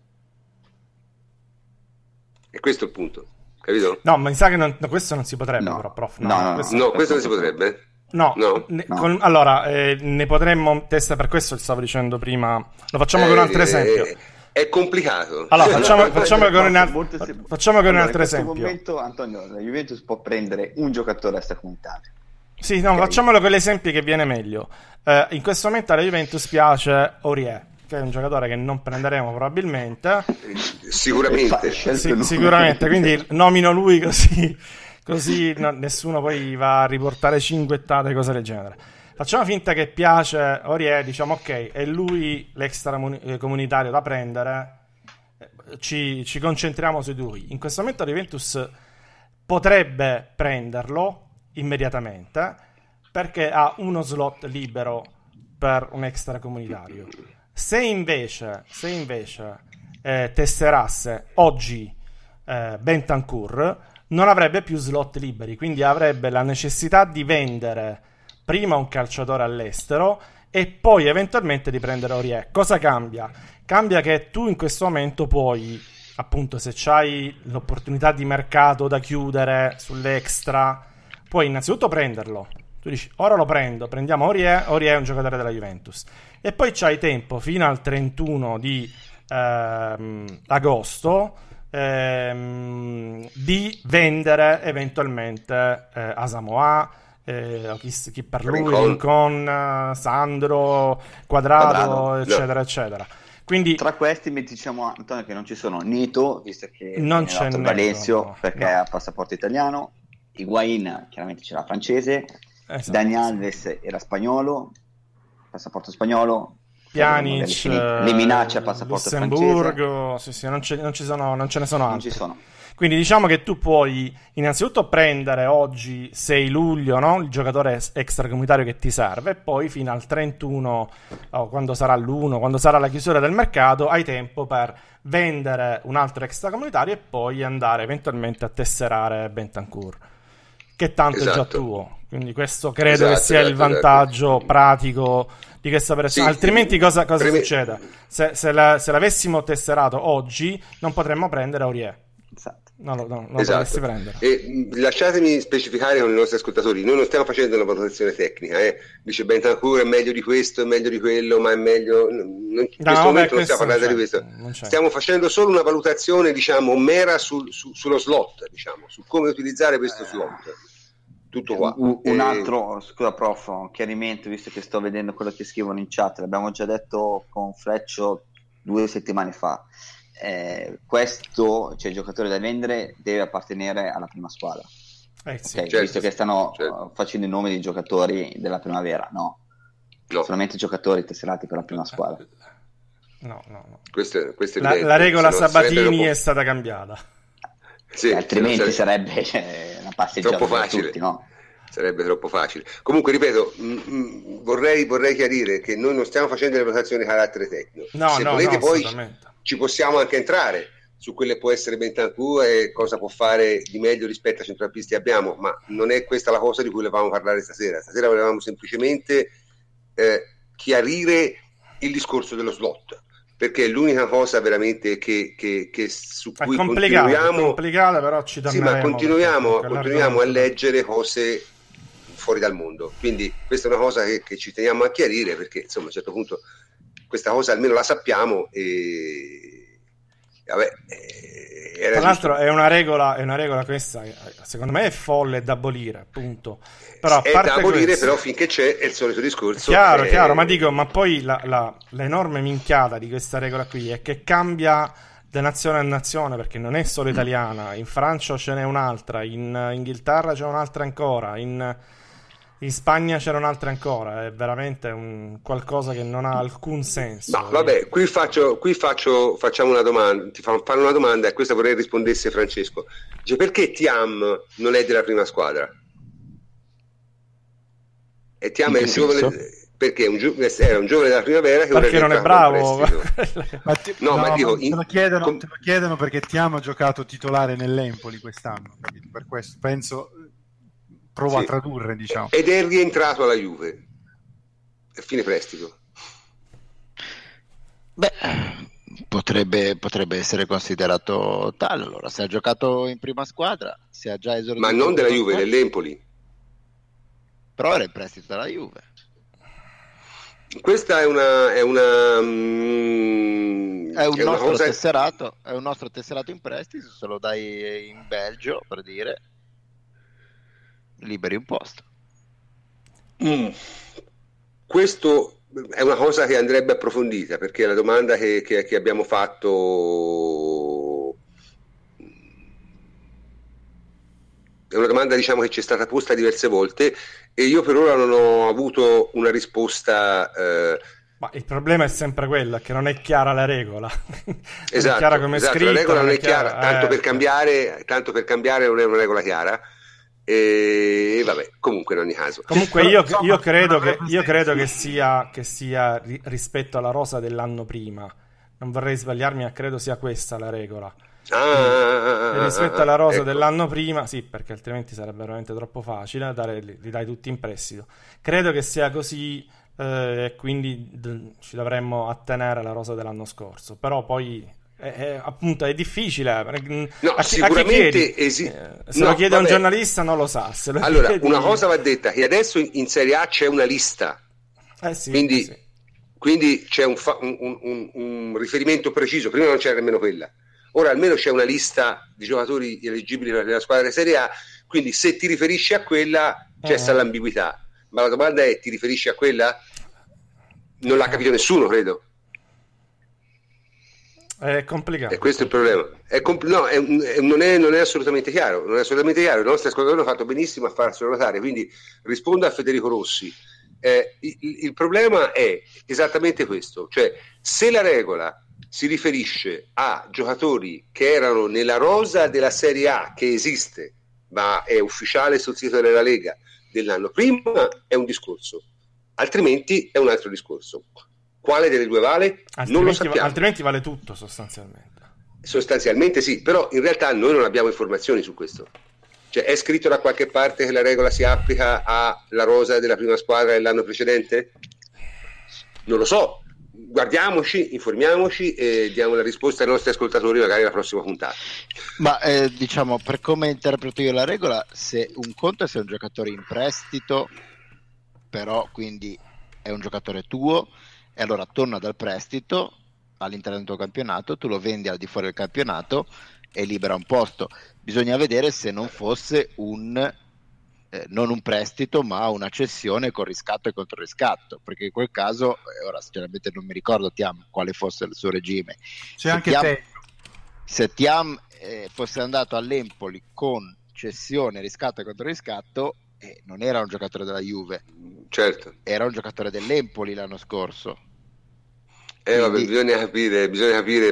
E questo è il punto, capito? No, ma mi sa che questo non si potrebbe, però, prof. Questo non si potrebbe? Allora, ne potremmo testare, per questo stavo dicendo prima, lo facciamo con un altro esempio. È complicato. Allora, facciamo con un altro esempio. In questo momento, Antonio, la Juventus può prendere un giocatore extracomunitario. Sì, no, facciamolo con l'esempio che viene meglio. In questo momento alla Juventus piace Aurier, che è un giocatore che non prenderemo probabilmente. Sicuramente. Sicuramente, quindi nomino lui così nessuno poi va a riportare cinguettate e cose del genere. Facciamo finta che piace Aurier, diciamo ok, è lui l'extracomunitario da prendere, ci concentriamo su di lui. In questo momento la Juventus potrebbe prenderlo immediatamente perché ha uno slot libero per un extracomunitario. Se invece tesserasse oggi Bentancur, non avrebbe più slot liberi, quindi avrebbe la necessità di vendere prima un calciatore all'estero e poi eventualmente di prendere Aurier. Cosa cambia? Cambia che tu in questo momento puoi, appunto, se c'hai l'opportunità di mercato da chiudere sull'extra, puoi innanzitutto prenderlo. Tu dici, ora lo prendiamo Aurier è un giocatore della Juventus. E poi c'hai tempo fino al 31 di agosto di vendere eventualmente Asamoah, chi per lui, Rincon, Sandro, Quadrado, eccetera, eccetera. Quindi, tra questi diciamo, Antonio, che non ci sono Neto, visto che non c'è Neto, Valencia, perché ha passaporto italiano, Higuain chiaramente c'era francese, esatto, Dani Alves era spagnolo, passaporto spagnolo, Pjanic, Liminac, passaporto Lussemburgo, sì, non ce ne sono altri. Non ci sono. Quindi diciamo che tu puoi innanzitutto prendere oggi 6 luglio, no? Il giocatore extracomunitario che ti serve, e poi fino al 31, quando sarà l'1, quando sarà la chiusura del mercato, hai tempo per vendere un altro extracomunitario e poi andare eventualmente a tesserare Bentancur, che tanto è già tuo. Quindi questo credo che sia il vantaggio pratico di questa operazione. Altrimenti cosa succede? Se l'avessimo tesserato oggi non potremmo prendere Aurier. Non lo dovresti prendere. E lasciatemi specificare con i nostri ascoltatori, noi non stiamo facendo una valutazione tecnica, dice Bentancur è meglio di questo, è meglio di quello, ma è meglio in questo momento non stiamo parlando di questo, stiamo facendo solo una valutazione, diciamo, mera sullo slot, diciamo, su come utilizzare questo slot. Tutto qua. Un altro, scusa prof, un chiarimento, visto che sto vedendo quello che scrivono in chat, l'abbiamo già detto con Freccio 2 settimane fa. Questo, cioè il giocatore da vendere, deve appartenere alla prima squadra. Sì, certo, visto che stanno facendo i nomi dei giocatori della primavera, no. Solamente giocatori tesserati per la prima squadra. No. Questo è la regola Sabatini è stata cambiata. Sì, altrimenti sarebbe una passeggiata troppo facile, tutti, no? Sarebbe troppo facile. Comunque ripeto, vorrei chiarire che noi non stiamo facendo le valutazioni di carattere tecnico. Se volete poi ci possiamo anche entrare su quelle può essere Bentancur e cosa può fare di meglio rispetto ai centrocampisti abbiamo, ma non è questa la cosa di cui volevamo parlare stasera. Stasera volevamo semplicemente chiarire il discorso dello slot, perché è l'unica cosa veramente che su cui continuiamo, complicata, però ci ma continuiamo a leggere cose fuori dal mondo, quindi questa è una cosa che ci teniamo a chiarire, perché insomma a un certo punto questa cosa almeno la sappiamo e vabbè, tra l'altro è una regola questa, secondo me è folle, è da abolire, appunto. Però è da abolire, però finché c'è è il solito discorso. Chiaro, ma poi l'enorme minchiata di questa regola qui è che cambia da nazione a nazione, perché non è solo italiana. In Francia ce n'è un'altra, in Inghilterra c'è un'altra ancora, in Spagna c'era un'altra ancora. È veramente qualcosa che non ha alcun senso. No, vabbè, qui facciamo una domanda, ti fanno una domanda, e questa vorrei rispondesse Francesco. Cioè, perché Thiam non è della prima squadra? E Thiam è un giovane, perché era un giovane della primavera che perché non è bravo. ma dico, te lo chiedono perché Thiam ha giocato titolare nell'Empoli quest'anno, capito? Per questo penso provo a tradurre, diciamo. Ed è rientrato alla Juve a fine prestito. Beh, potrebbe essere considerato tale. Allora, se ha giocato in prima squadra, se ha già esordito, ma non della Juve, dell'Empoli. Però era in prestito dalla Juve. Questa è un nostro tesserato in prestito, se lo dai in Belgio, per dire, liberi un posto. Questo è una cosa che andrebbe approfondita, perché la domanda che abbiamo fatto è una domanda, diciamo, che ci è stata posta diverse volte e io per ora non ho avuto una risposta. Ma il problema è sempre quello, che non è chiara la regola. Esatto, è chiara come è scritta, la regola non è chiara, tanto per cambiare non è una regola chiara. E vabbè, comunque in ogni caso. Comunque io credo che sia rispetto alla rosa dell'anno prima. Non vorrei sbagliarmi, ma credo sia questa la regola. Rispetto alla rosa dell'anno prima, sì, perché altrimenti sarebbe veramente troppo facile li dai tutti in prestito. Credo che sia così, e quindi ci dovremmo attenere alla rosa dell'anno scorso. Però poi appunto è difficile. No, sicuramente lo chiede un giornalista, non lo sa. Allora, una cosa va detta, che adesso in Serie A c'è una lista, quindi c'è un riferimento preciso. Prima non c'era nemmeno quella. Ora almeno c'è una lista di giocatori eleggibili per la squadra di Serie A, quindi se ti riferisci a quella c'è l'ambiguità, ma la domanda è: ti riferisci a quella? Non l'ha capito nessuno, credo. È complicato. E questo è il problema. Non è assolutamente chiaro. Non è assolutamente chiaro. I nostri ascoltatori hanno fatto benissimo a farselo notare. Quindi rispondo a Federico Rossi. Il problema è esattamente questo: cioè, se la regola si riferisce a giocatori che erano nella rosa della Serie A, che esiste, ma è ufficiale sul sito della Lega dell'anno prima, è un discorso. Altrimenti è un altro discorso. Quale delle due vale? Non lo sappiamo. Altrimenti vale tutto, sostanzialmente. Sostanzialmente sì, però in realtà noi non abbiamo informazioni su questo. Cioè, è scritto da qualche parte che la regola si applica alla rosa della prima squadra dell'anno precedente? Non lo so. Guardiamoci, informiamoci e diamo la risposta ai nostri ascoltatori magari alla prossima puntata. Ma diciamo, per come interpreto io la regola, se un conto è se è un giocatore in prestito, però quindi è un giocatore tuo, e allora torna dal prestito all'interno del tuo campionato, tu lo vendi al di fuori del campionato e libera un posto. Bisogna vedere se non fosse non un prestito ma una cessione con riscatto e controriscatto, perché in quel caso ora sinceramente non mi ricordo Thiam quale fosse il suo regime. C'è anche se Thiam fosse andato all'Empoli con cessione, riscatto e controriscatto, non era un giocatore della Juve, certo, era un giocatore dell'Empoli l'anno scorso. Vabbè, bisogna capire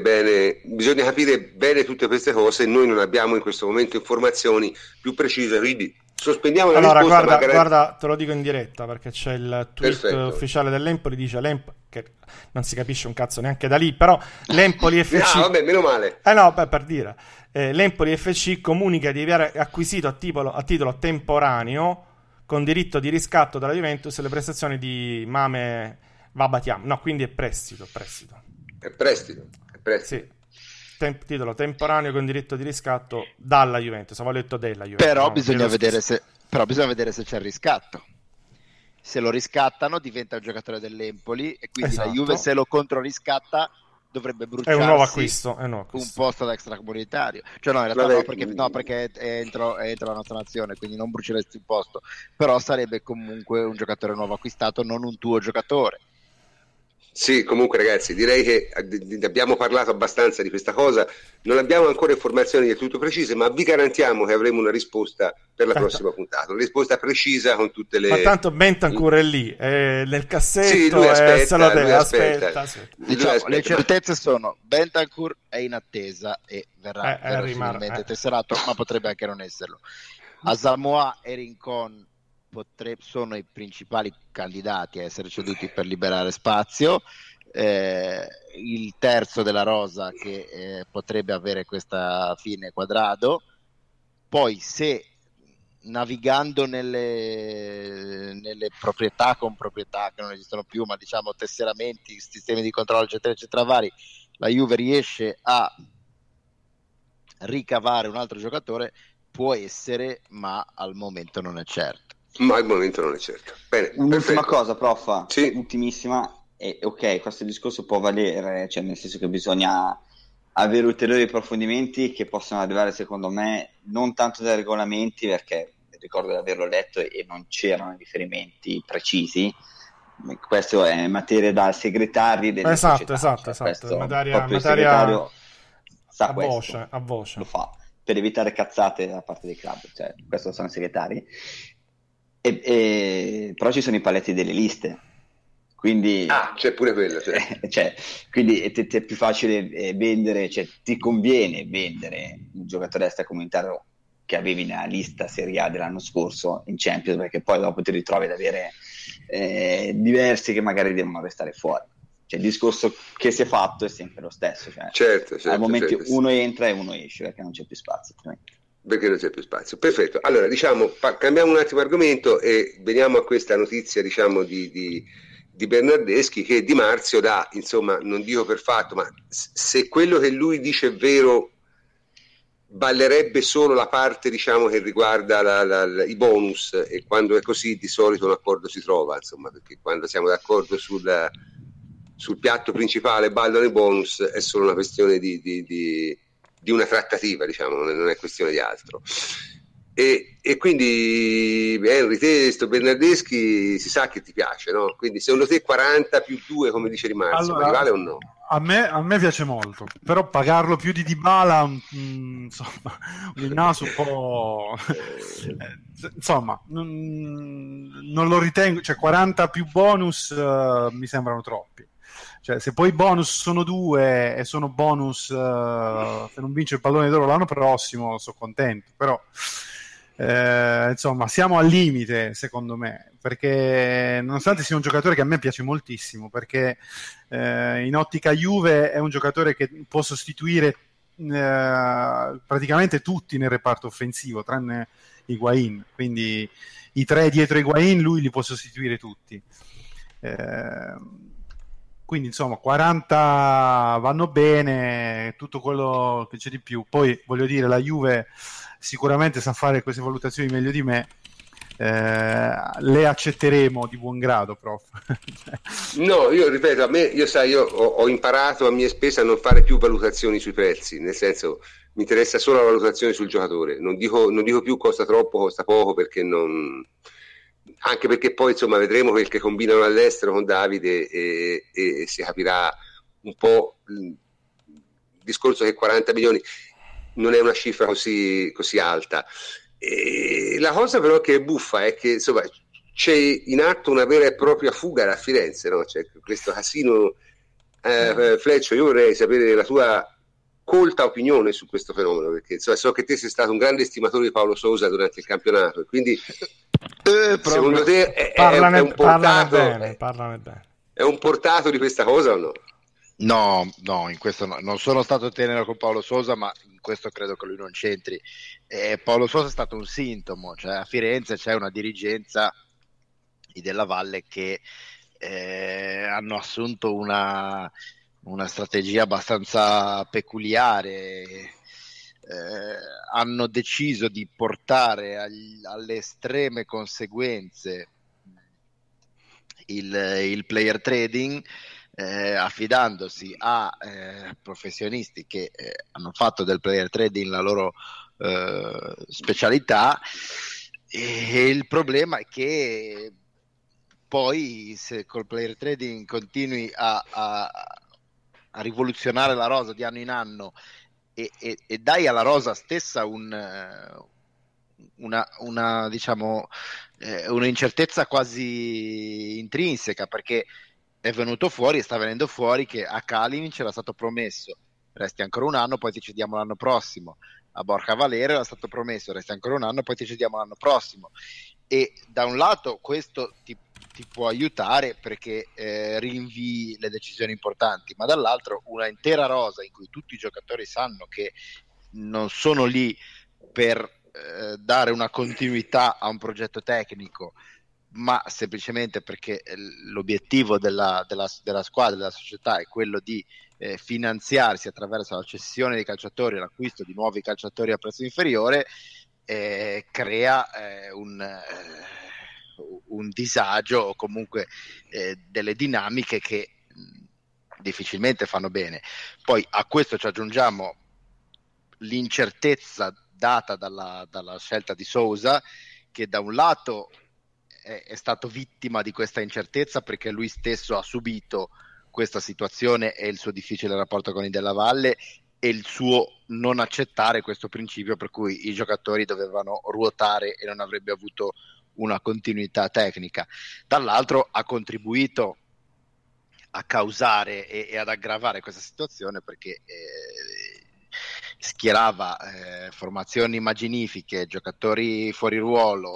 bene tutte queste cose. Noi non abbiamo in questo momento informazioni più precise, quindi sospendiamo la risposta. Guarda, te lo dico in diretta perché c'è il tweet Perfetto. ufficiale dell'Empoli, dice che non si capisce un cazzo neanche da lì, però l'Empoli FC vabbè, meno male. Per dire, l'Empoli FC comunica di aver acquisito a titolo temporaneo con diritto di riscatto dalla Juventus le prestazioni di Mame Vabatiam. No, quindi è prestito. È prestito. Sì. Titolo temporaneo con diritto di riscatto dalla Juventus. Avevo detto della Juventus. Però bisogna vedere se c'è il riscatto. Se lo riscattano diventa un giocatore dell'Empoli e quindi esatto. La Juve se lo controriscatta dovrebbe bruciarsi. È un nuovo acquisto. Un posto da extracomunitario. Cioè no, in realtà no, perché è entro la nostra nazione, quindi non bruceresti il posto. Però sarebbe comunque un giocatore nuovo acquistato, non un tuo giocatore. Sì, comunque ragazzi, direi che abbiamo parlato abbastanza di questa cosa, non abbiamo ancora informazioni del tutto precise, ma vi garantiamo che avremo una risposta per la prossima puntata, una risposta precisa con tutte le... Ma tanto Bentancur è lì, è nel cassetto, sì, lui aspetta. Diciamo, le certezze sono: Bentancur è in attesa e verrà verosimilmente tesserato, ma potrebbe anche non esserlo. Asamoah e Rincon sono i principali candidati a essere ceduti per liberare spazio. Il terzo della rosa che potrebbe avere questa fine Quadrado. Poi se navigando nelle proprietà con proprietà che non esistono più, ma diciamo tesseramenti, sistemi di controllo eccetera vari, la Juve riesce a ricavare un altro giocatore, può essere, ma al momento non è certo. Bene, un'ultima cosa, prof, sì. Ultimissima, ok, questo discorso può valere, cioè nel senso che bisogna avere ulteriori approfondimenti che possono arrivare secondo me non tanto dai regolamenti, perché ricordo di averlo letto e non c'erano riferimenti precisi. Questo è materia da segretari delle esatto. materia sa a questo, voce lo fa per evitare cazzate da parte dei club, cioè questo sono i segretari. Però ci sono i paletti delle liste, quindi c'è pure quello, quindi è più facile vendere, cioè ti conviene vendere un giocatore extracomunitario che avevi nella lista Serie A dell'anno scorso in Champions, perché poi dopo ti ritrovi ad avere diversi che magari devono restare fuori. Cioè il discorso che si è fatto è sempre lo stesso, cioè, certo, al momento uno entra e uno esce perché non c'è più spazio. Perché non c'è più spazio. Perfetto. Allora, cambiamo un attimo argomento e veniamo a questa notizia, di Bernardeschi, che Di Marzio dà, insomma, non dico per fatto, ma se quello che lui dice è vero, ballerebbe solo la parte, che riguarda i bonus, e quando è così di solito un accordo si trova, insomma, perché quando siamo d'accordo sul piatto principale ballano i bonus, è solo una questione di di una trattativa, diciamo, non è questione di altro. E quindi Henry, te sto Bernardeschi si sa che ti piace, no? Quindi secondo te 40 più 2, come dice Di Marzio, Allora, vale o no? a me piace molto, però pagarlo più di Dybala, insomma, il naso un po'... insomma, non lo ritengo, cioè 40 più bonus mi sembrano troppi. Cioè, se poi i bonus sono 2 e sono bonus se non vince il pallone d'oro l'anno prossimo, sono contento, però insomma siamo al limite secondo me, perché nonostante sia un giocatore che a me piace moltissimo, perché in ottica Juve è un giocatore che può sostituire praticamente tutti nel reparto offensivo tranne Higuain, quindi i 3 dietro Higuain lui li può sostituire tutti. Quindi insomma 40 vanno bene, tutto quello che c'è di più. Poi voglio dire, la Juve sicuramente sa fare queste valutazioni meglio di me, le accetteremo di buon grado, prof. No, io ripeto, io ho imparato a mie spese a non fare più valutazioni sui prezzi, nel senso mi interessa solo la valutazione sul giocatore, non dico più costa troppo, costa poco, perché non... anche perché poi insomma vedremo quel che combinano all'estero con Davide e si capirà un po' il discorso che 40 milioni non è una cifra così alta. E la cosa però che è buffa è che insomma c'è in atto una vera e propria fuga da Firenze, no? C'è questo casino. Fleccio, io vorrei sapere la tua colta opinione su questo fenomeno, perché insomma, so che te sei stato un grande estimatore di Paolo Sousa durante il campionato e quindi secondo te è un portato, parlane bene. È un portato di questa cosa o no? No, in questo no. Non sono stato tenero con Paolo Sousa, ma in questo credo che lui non c'entri. Paolo Sousa è stato un sintomo, cioè a Firenze c'è una dirigenza di Della Valle che hanno assunto una strategia abbastanza peculiare. Hanno deciso di portare alle estreme conseguenze il player trading, affidandosi a professionisti che hanno fatto del player trading la loro specialità, e il problema è che poi se col player trading continui a rivoluzionare la rosa di anno in anno e dai alla rosa stessa una diciamo una incertezza quasi intrinseca, perché è venuto fuori e sta venendo fuori che a Kalinic era stato promesso resti ancora un anno, poi ti cediamo l'anno prossimo. A Borja Valero era stato promesso resti ancora un anno, poi ti cediamo l'anno prossimo. E da un lato questo ti può aiutare perché rinvii le decisioni importanti, ma dall'altro una intera rosa in cui tutti i giocatori sanno che non sono lì per dare una continuità a un progetto tecnico, ma semplicemente perché l'obiettivo della squadra, della società è quello di finanziarsi attraverso la cessione dei calciatori e l'acquisto di nuovi calciatori a prezzo inferiore, crea un disagio o comunque delle dinamiche che difficilmente fanno bene. Poi a questo ci aggiungiamo l'incertezza data dalla scelta di Sousa, che da un lato è stato vittima di questa incertezza perché lui stesso ha subito questa situazione e il suo difficile rapporto con i Della Valle e il suo non accettare questo principio per cui i giocatori dovevano ruotare e non avrebbe avuto una continuità tecnica. Dall'altro ha contribuito a causare e ad aggravare questa situazione perché schierava formazioni immaginifiche, giocatori fuori ruolo,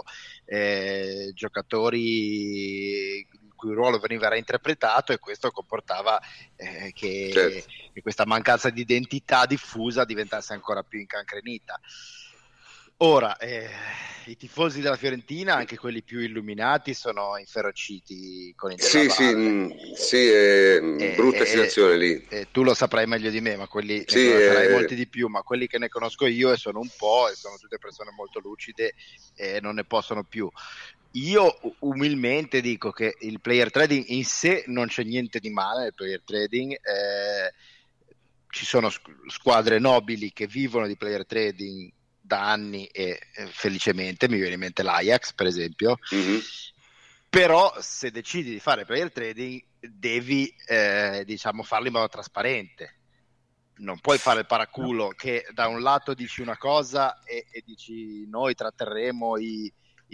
giocatori il cui ruolo veniva reinterpretato, e questo comportava che questa mancanza di identità diffusa diventasse ancora più incancrenita. Ora, i tifosi della Fiorentina, anche quelli più illuminati, sono inferociti con il Della Valle. Sì, brutta situazione lì. Tu lo saprai meglio di me, ma quelli ne conoscerai molti di più, ma quelli che ne conosco io, e sono un po', e sono tutte persone molto lucide, e non ne possono più. Io umilmente dico che il player trading in sé non c'è niente di male nel player trading, ci sono squadre nobili che vivono di player trading da anni e felicemente, mi viene in mente l'Ajax per esempio, però se decidi di fare player trading devi diciamo farlo in modo trasparente. Non puoi fare il paraculo che da un lato dici una cosa e dici noi tratterremo i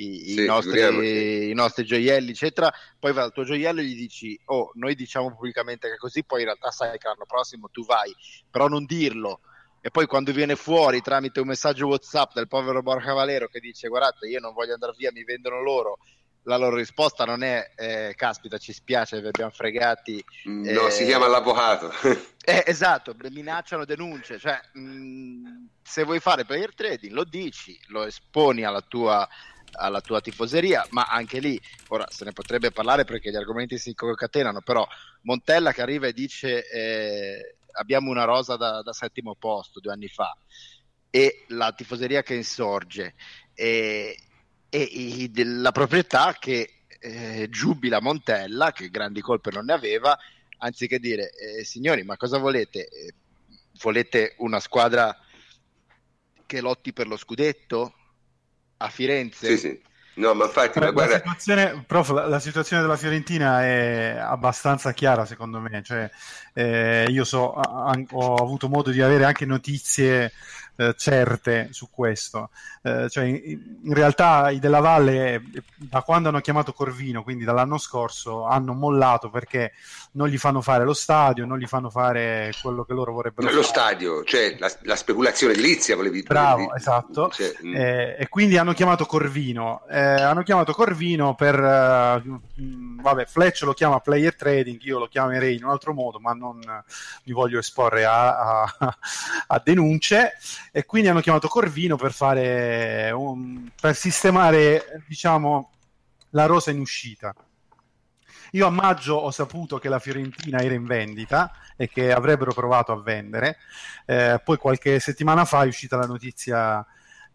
nostri gioielli eccetera, poi vai al tuo gioiello e gli dici noi diciamo pubblicamente che è così, poi in realtà sai che l'anno prossimo tu vai, però non dirlo, e poi quando viene fuori tramite un messaggio WhatsApp del povero Borja Valero che dice guardate io non voglio andare via, mi vendono loro, la loro risposta non è caspita ci spiace vi abbiamo fregati, no, si chiama l'avvocato. Esatto, minacciano denunce, cioè se vuoi fare player trading lo dici, lo esponi alla tua tifoseria, ma anche lì ora se ne potrebbe parlare perché gli argomenti si concatenano, però Montella che arriva e dice abbiamo una rosa da settimo posto 2 anni fa, e la tifoseria che insorge e la proprietà che giubila Montella, che grandi colpe non ne aveva, anziché dire signori ma cosa volete? Volete una squadra che lotti per lo scudetto a Firenze? Sì. No, ma infatti, guarda... la situazione della Fiorentina è abbastanza chiara secondo me, cioè, io ho avuto modo di avere anche notizie certe su questo, cioè in realtà i Della Valle da quando hanno chiamato Corvino, quindi dall'anno scorso, hanno mollato perché non gli fanno fare lo stadio, non gli fanno fare quello che loro vorrebbero fare. Lo stadio, cioè la speculazione edilizia volevi bravo, esatto, cioè, e quindi hanno chiamato Corvino per vabbè, Fletch lo chiama player trading, io lo chiamerei in un altro modo, ma non mi voglio esporre a denunce, e quindi hanno chiamato Corvino per per sistemare, diciamo, la rosa in uscita. Io a maggio ho saputo che la Fiorentina era in vendita e che avrebbero provato a vendere, poi qualche settimana fa è uscita la notizia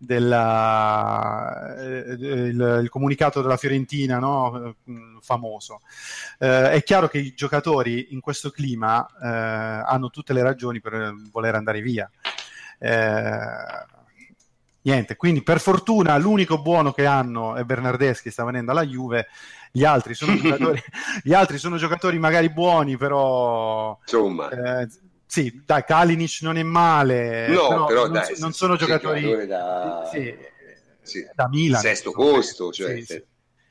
il comunicato della Fiorentina, no? Famoso. È chiaro che i giocatori in questo clima hanno tutte le ragioni per voler andare via. Niente, quindi per fortuna l'unico buono che hanno è Bernardeschi che sta venendo alla Juve, gli altri sono giocatori magari buoni, però insomma sì, dai, Kalinic non è male, no, però non sono giocatori da Milan, sesto posto, cioè, sì.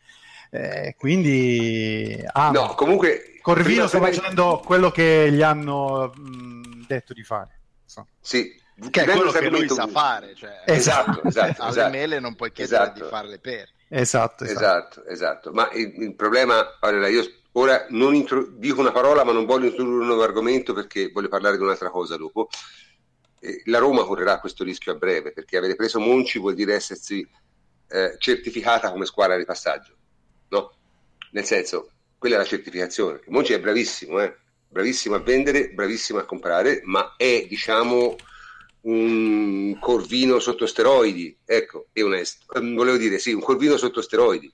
Quindi no, comunque Corvino sta facendo quello che gli hanno detto di fare, sì, che è quello che lui sa fare, cioè, esatto. alle mele non puoi chiedere di fare le pere. Esatto. Ma il problema, allora, io ora non dico una parola, ma non voglio introdurre un nuovo argomento perché voglio parlare di un'altra cosa dopo. La Roma correrà questo rischio a breve, perché avere preso Monchi vuol dire essersi certificata come squadra di passaggio, no? Nel senso, quella è la certificazione. Monchi è bravissimo a vendere, bravissimo a comprare, ma è, diciamo, un Corvino sotto steroidi, ecco, è onesto, volevo dire sì, un Corvino sotto steroidi,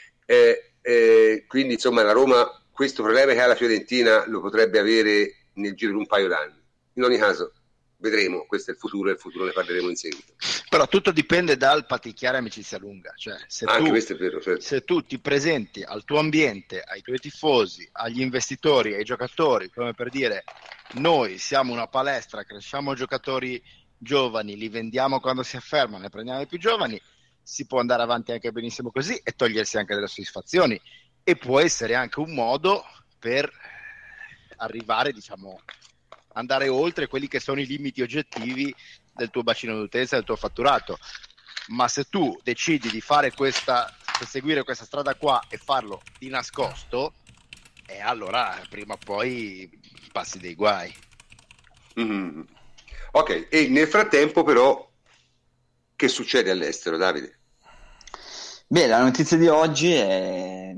quindi insomma la Roma questo problema che ha la Fiorentina lo potrebbe avere nel giro di un paio d'anni. In ogni caso vedremo, questo è il futuro ne parleremo in seguito. Però tutto dipende dal paticchiare amicizia lunga, cioè questo è vero, certo. Se tu ti presenti al tuo ambiente, ai tuoi tifosi, agli investitori, ai giocatori, come per dire noi siamo una palestra, cresciamo giocatori giovani, li vendiamo quando si affermano, ne prendiamo i più giovani, si può andare avanti anche benissimo così e togliersi anche delle soddisfazioni, e può essere anche un modo per arrivare, diciamo, andare oltre quelli che sono i limiti oggettivi del tuo bacino d'utenza, del tuo fatturato. Ma se tu decidi di fare seguire questa strada qua e farlo di nascosto, allora prima o poi passi dei guai. Mm-hmm. Ok, e nel frattempo però che succede all'estero, Davide? Beh, la notizia di oggi è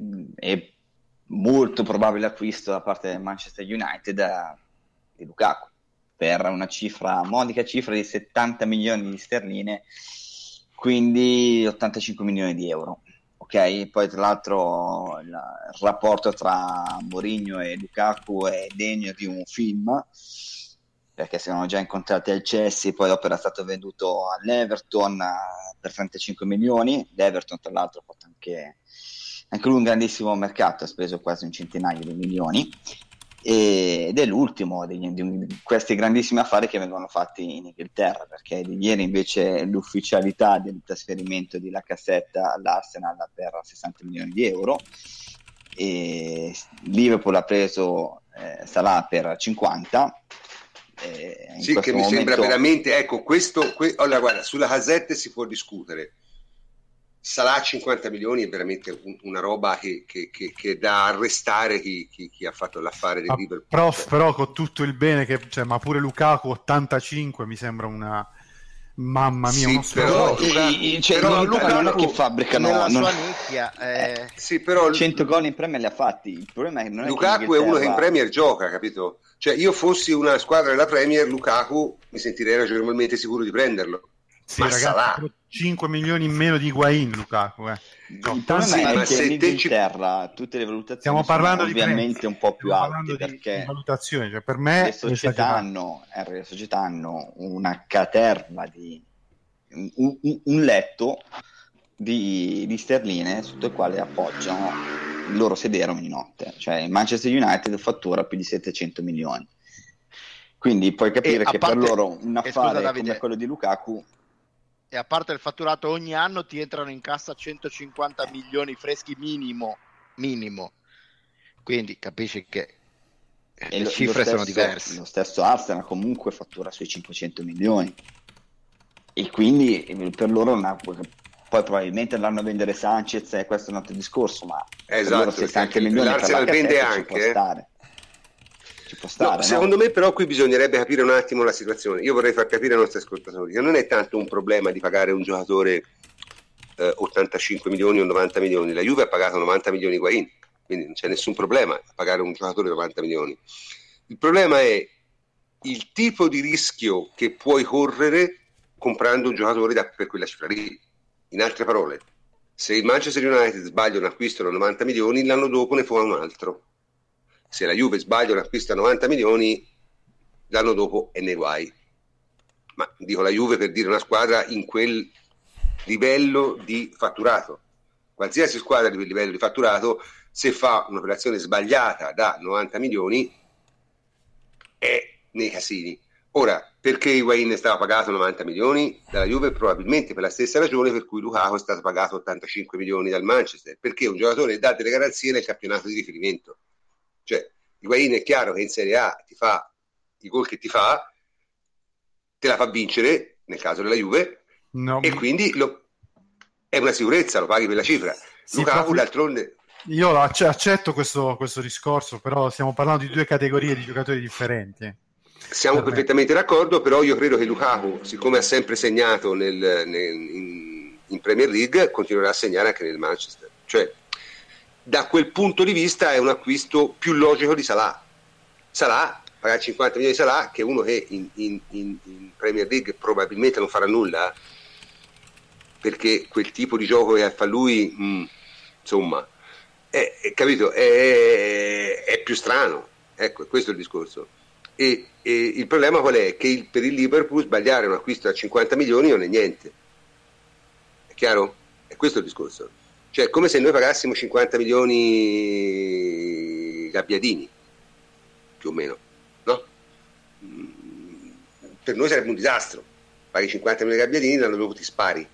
molto probabile acquisto da parte del Manchester United di Lukaku per una modica cifra di 70 milioni di sterline, quindi 85 milioni di euro. Ok, poi tra l'altro il rapporto tra Mourinho e Lukaku è degno di un film, perché si erano già incontrati al Chelsea, poi dopo era stato venduto all'Everton per 35 milioni. L'Everton tra l'altro ha fatto anche lui un grandissimo mercato, ha speso quasi un centinaio di milioni, ed è l'ultimo di questi grandissimi affari che vengono fatti in Inghilterra, perché di ieri invece l'ufficialità del trasferimento di Lacazette all'Arsenal per 60 milioni di euro, e Liverpool ha preso Salah per 50. Sì, che mi sembra veramente, ecco, allora guarda, sulla Lacazette si può discutere. Salah 50 milioni è veramente una roba che da arrestare chi ha fatto l'affare del Liverpool. Prof, però con tutto il bene che c'è, ma pure Lukaku 85 mi sembra una... Mamma mia, sì, uno però Lukaku non è che fabbricano nella sua nicchia, sì, però 100 gol in Premier li ha fatti. Il problema è che non Lukaku è uno che in Premier gioca, capito? Cioè, io fossi una squadra della Premier, Lukaku mi sentirei ragionevolmente sicuro di prenderlo. Sì, ma ragazzi, Salah 5 milioni in meno di Higuain, Lukaku. Il problema è che in Inghilterra tutte le valutazioni stiamo parlando sono ovviamente un po' più alte, perché di valutazioni, cioè per me le società hanno una caterva di un letto di sterline sotto il quale appoggiano il loro sedere ogni notte. Cioè il Manchester United fattura più di 700 milioni, quindi puoi capire che per loro un affare come quello di Lukaku, e a parte il fatturato, ogni anno ti entrano in cassa 150 milioni freschi minimo, quindi capisci che le cifre sono diverse. Lo stesso Arsenal comunque fattura sui 500 milioni, e quindi per loro poi probabilmente andranno a vendere Sanchez, e questo è un altro discorso, ma per loro 60 milioni l'Arsenal vende anche, ci può stare, no? Secondo me però qui bisognerebbe capire un attimo la situazione. Io vorrei far capire ai nostri ascoltatori che non è tanto un problema di pagare un giocatore 85 milioni o 90 milioni. La Juve ha pagato 90 milioni Higuain, quindi non c'è nessun problema a pagare un giocatore 90 milioni. Il problema è il tipo di rischio che puoi correre comprando un giocatore per quella cifra lì. In altre parole, se il Manchester United sbaglia un acquisto da 90 milioni, l'anno dopo ne fa un altro. Se la Juve sbaglia un acquisto a 90 milioni, l'anno dopo è nei guai. Ma dico la Juve per dire una squadra in quel livello di fatturato. Qualsiasi squadra di quel livello di fatturato, se fa un'operazione sbagliata da 90 milioni, è nei casini. Ora, perché Higuain è stato pagato 90 milioni dalla Juve? Probabilmente per la stessa ragione per cui Lukaku è stato pagato 85 milioni dal Manchester, perché un giocatore dà delle garanzie nel campionato di riferimento. Cioè, Higuain è chiaro che in Serie A ti fa i gol che ti fa, te la fa vincere nel caso della Juve, e quindi è una sicurezza, lo paghi per la cifra. Sì, Lukaku d'altronde... Io accetto questo discorso, però stiamo parlando di due categorie di giocatori differenti. Siamo perfettamente d'accordo, però io credo che Lukaku, siccome ha sempre segnato in Premier League, continuerà a segnare anche nel Manchester. Cioè, da quel punto di vista è un acquisto più logico di Salah. Pagare 50 milioni di Salah, che è uno che in Premier League probabilmente non farà nulla, perché quel tipo di gioco che fa lui, insomma, capito, è più strano. Ecco, questo è il discorso. E il problema qual è? Che per il Liverpool sbagliare un acquisto da 50 milioni non è niente. È chiaro? È questo il discorso. Cioè, come se noi pagassimo 50 milioni Gabbiadini, più o meno, no? Per noi sarebbe un disastro. Paghi 50 milioni Gabbiadini, l'anno dopo ti spari.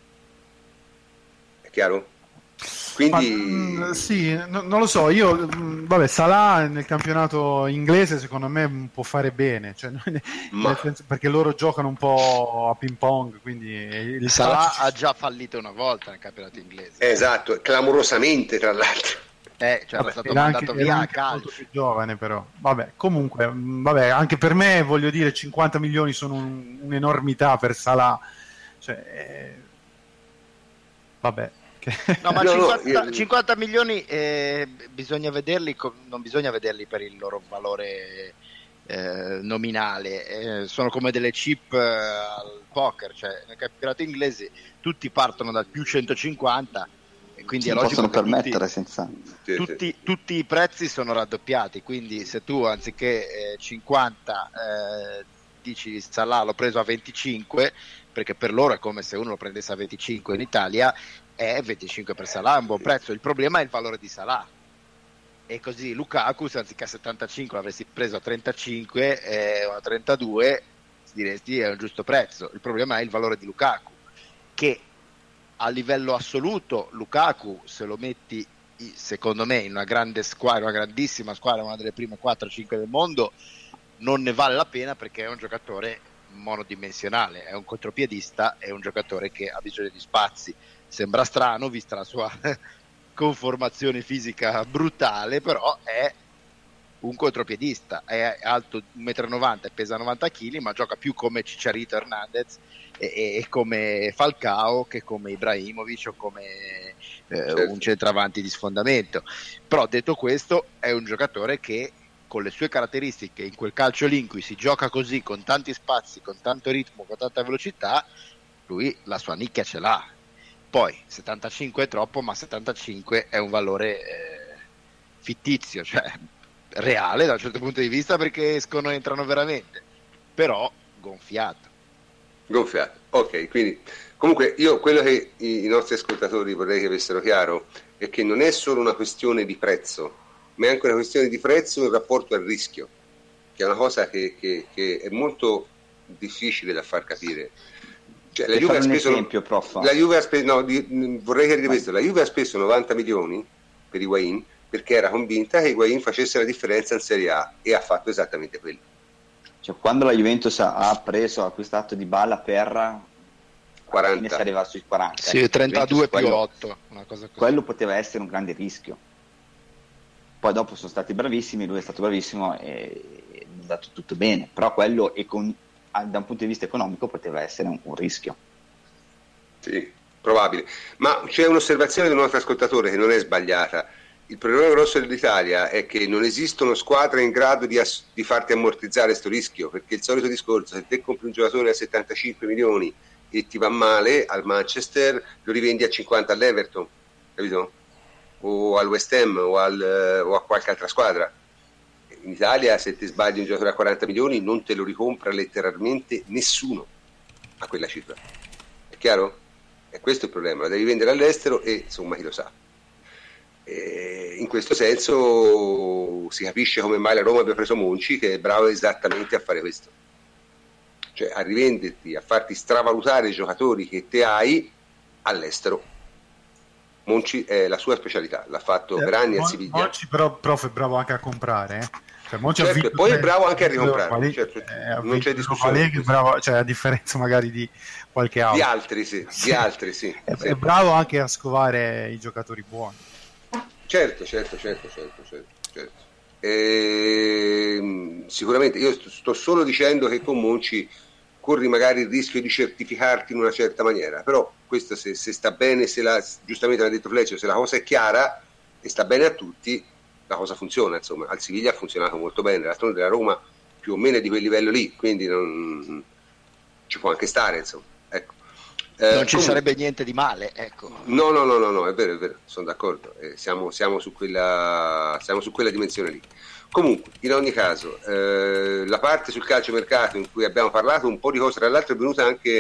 È chiaro? Quindi sì, non lo so, io vabbè, Salah nel campionato inglese secondo me può fare bene, cioè, perché loro giocano un po' a ping pong, quindi il Salah ha già fallito una volta nel campionato inglese. Esatto, clamorosamente tra l'altro. È stato mandato via a calcio. Molto più giovane, però vabbè, comunque anche per me, voglio dire, 50 milioni sono un'enormità per Salah, cioè vabbè. No, ma 50 milioni bisogna vederli, non bisogna vederli per il loro valore nominale, sono come delle chip al poker, cioè nel campionato inglese tutti partono dal più 150 quindi si è logico possono che permettere senza... tutti i prezzi sono raddoppiati, quindi se tu anziché 50 dici Salah l'ho preso a 25, perché per loro è come se uno lo prendesse a 25 in Italia, è 25 per Salah, è un buon prezzo. Il problema è il valore di Salah, e così Lukaku, se anziché a 75 l'avresti preso a 35 o a 32, diresti è un giusto prezzo. Il problema è il valore di Lukaku, che a livello assoluto Lukaku, se lo metti secondo me in una grande squadra, una grandissima squadra, una delle prime 4-5 del mondo, non ne vale la pena, perché è un giocatore monodimensionale, è un contropiedista, è un giocatore che ha bisogno di spazi. Sembra strano vista la sua conformazione fisica brutale, però è un contropiedista, è alto 1,90 m e pesa 90 kg, ma gioca più come Chicharito Hernandez e come Falcao che come Ibrahimovic o come un centravanti di sfondamento. Però detto questo, è un giocatore che con le sue caratteristiche, in quel calcio lì in cui si gioca così, con tanti spazi, con tanto ritmo, con tanta velocità, lui la sua nicchia ce l'ha. Poi 75 è troppo, ma 75 è un valore fittizio, cioè reale da un certo punto di vista, perché entrano veramente, però gonfiato. Ok, quindi comunque io quello che i nostri ascoltatori vorrei che avessero chiaro è che non è solo una questione di prezzo, ma è anche una questione di prezzo in rapporto al rischio, che è una cosa che è molto difficile da far capire. Cioè, la Juve ha speso, esempio, prof. La Juve ha speso, vorrei chiarire questo, la Juve ha speso 90 milioni per Higuaín perché era convinta che Higuaín facesse la differenza in Serie A, e ha fatto esattamente quello. Cioè, quando la Juventus ha acquistato Dybala per 40, si arriva sui 40, sì, 32 più quello, 8, una cosa così. Quello poteva essere un grande rischio. Poi dopo sono stati bravissimi, lui è stato bravissimo e è andato tutto bene, però quello da un punto di vista economico poteva essere un rischio. Sì, probabile. Ma c'è un'osservazione di un nostro ascoltatore che non è sbagliata. Il problema grosso dell'Italia è che non esistono squadre in grado di farti ammortizzare questo rischio, perché il solito discorso, se te compri un giocatore a 75 milioni e ti va male al Manchester, lo rivendi a 50 all'Everton, capito? O al West Ham o a qualche altra squadra. In Italia, se ti sbagli un giocatore a 40 milioni, non te lo ricompra letteralmente nessuno a quella cifra. È chiaro? E questo è il problema, lo devi vendere all'estero e insomma chi lo sa. In questo senso si capisce come mai la Roma abbia preso Monchi, che è bravo esattamente a fare questo, cioè a rivenderti, a farti stravalutare i giocatori che te hai all'estero. Monchi è la sua specialità, l'ha fatto per anni a Siviglia. Monchi però, prof, è bravo anche a comprare, Cioè, certo, poi è bravo anche a ricomprare, certo, non c'è discussione. Bravo, cioè, a differenza magari di qualche altro. Di altri sì. È bravo anche a scovare i giocatori buoni. Certo. Sicuramente io sto solo dicendo che con Monchi corri magari il rischio di certificarti in una certa maniera, però questo se sta bene, giustamente l'ha detto Fleccio, se la cosa è chiara e sta bene a tutti, la cosa funziona. Insomma, al Siviglia ha funzionato molto bene, l'altro della Roma più o meno è di quel livello lì, quindi non ci può anche stare, insomma, ecco. Non ci sarebbe niente di male, ecco. No, è vero, sono d'accordo, siamo su quella dimensione lì. Comunque, in ogni caso, la parte sul calciomercato in cui abbiamo parlato, un po' di cose, tra l'altro è venuta anche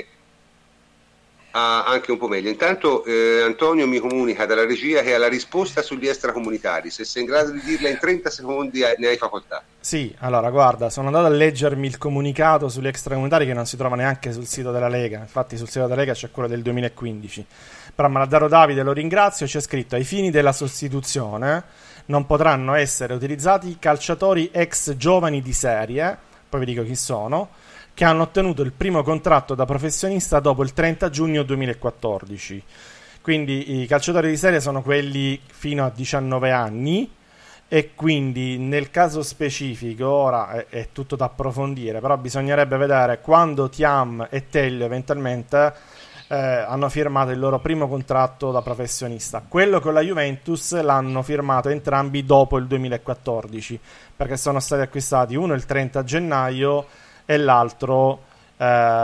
un po' meglio. Intanto Antonio mi comunica dalla regia che ha la risposta sugli extracomunitari, se sei in grado di dirla in 30 secondi ne hai facoltà. Sì, allora guarda, sono andato a leggermi il comunicato sugli extracomunitari che non si trova neanche sul sito della Lega, infatti sul sito della Lega c'è quello del 2015, però me l'ha dato Davide, lo ringrazio, c'è scritto: ai fini della sostituzione non potranno essere utilizzati calciatori ex giovani di serie, poi vi dico chi sono, che hanno ottenuto il primo contratto da professionista dopo il 30 giugno 2014. Quindi i calciatori di serie sono quelli fino a 19 anni, e quindi nel caso specifico ora è tutto da approfondire, però bisognerebbe vedere quando Thiam e Tello eventualmente hanno firmato il loro primo contratto da professionista. Quello con la Juventus l'hanno firmato entrambi dopo il 2014, perché sono stati acquistati uno il 30 gennaio e l'altro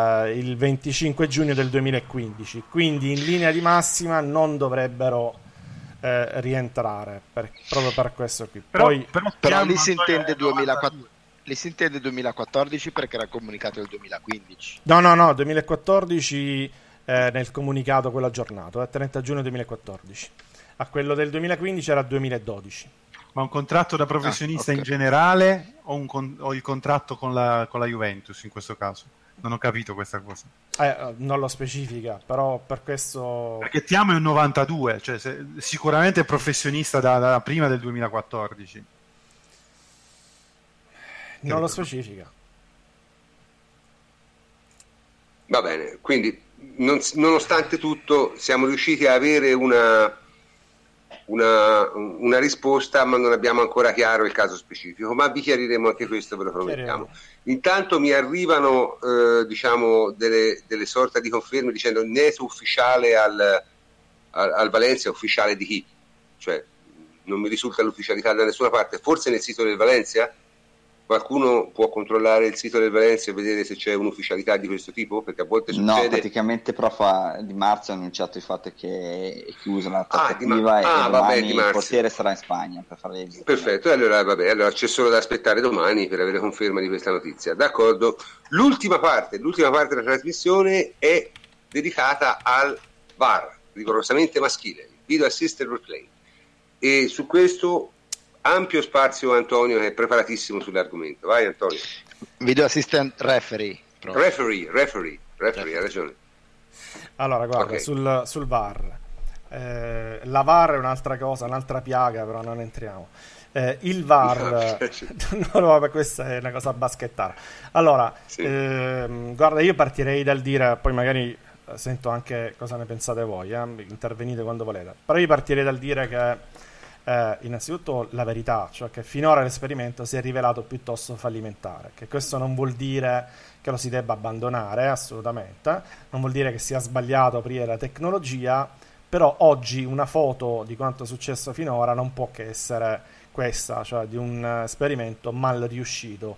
il 25 giugno del 2015, quindi in linea di massima non dovrebbero rientrare proprio per questo qui. Però lì si intende 2004. Lì si intende 2014 perché era comunicato il 2015. No, 2014 nel comunicato quello aggiornato, 30 giugno 2014. A quello del 2015 era 2012. Ma un contratto da professionista ok. in generale o il contratto con la Juventus in questo caso? Non ho capito questa cosa. Non lo specifica, però per questo... Perché Tiamo è un 92, cioè sicuramente è professionista da prima del 2014. Non lo specifica. Va bene, quindi nonostante tutto siamo riusciti a avere una risposta, ma non abbiamo ancora chiaro il caso specifico, ma vi chiariremo anche questo, ve lo promettiamo. Intanto mi arrivano diciamo delle sorte di conferme dicendo neto ufficiale al Valencia, ufficiale di chi? Cioè non mi risulta l'ufficialità da nessuna parte, forse nel sito del Valencia? Qualcuno può controllare il sito del Valencia e vedere se c'è un'ufficialità di questo tipo? Perché a volte succede... No, praticamente Prof Di Marzio ha annunciato il fatto che è chiusa la trattativa e domani il portiere sarà in Spagna per fare le... Perfetto, allora c'è solo da aspettare domani per avere conferma di questa notizia. D'accordo. L'ultima parte della trasmissione è dedicata al VAR, rigorosamente maschile, il Video Assisted Replay. E su questo... ampio spazio Antonio che è preparatissimo sull'argomento. Vai Antonio. Video assistant referee. Referee, hai ragione. Allora guarda, Okay. sul VAR. La VAR è un'altra cosa, un'altra piaga, però non entriamo. Il VAR... no, questa è una cosa baschettara. Allora, Sì. guarda, io partirei dal dire, poi magari sento anche cosa ne pensate voi, intervenite quando volete. Però io partirei dal dire che innanzitutto la verità, cioè che finora l'esperimento si è rivelato piuttosto fallimentare, che questo non vuol dire che lo si debba abbandonare, assolutamente, non vuol dire che sia sbagliato aprire la tecnologia, però oggi una foto di quanto è successo finora non può che essere questa, cioè di un esperimento mal riuscito.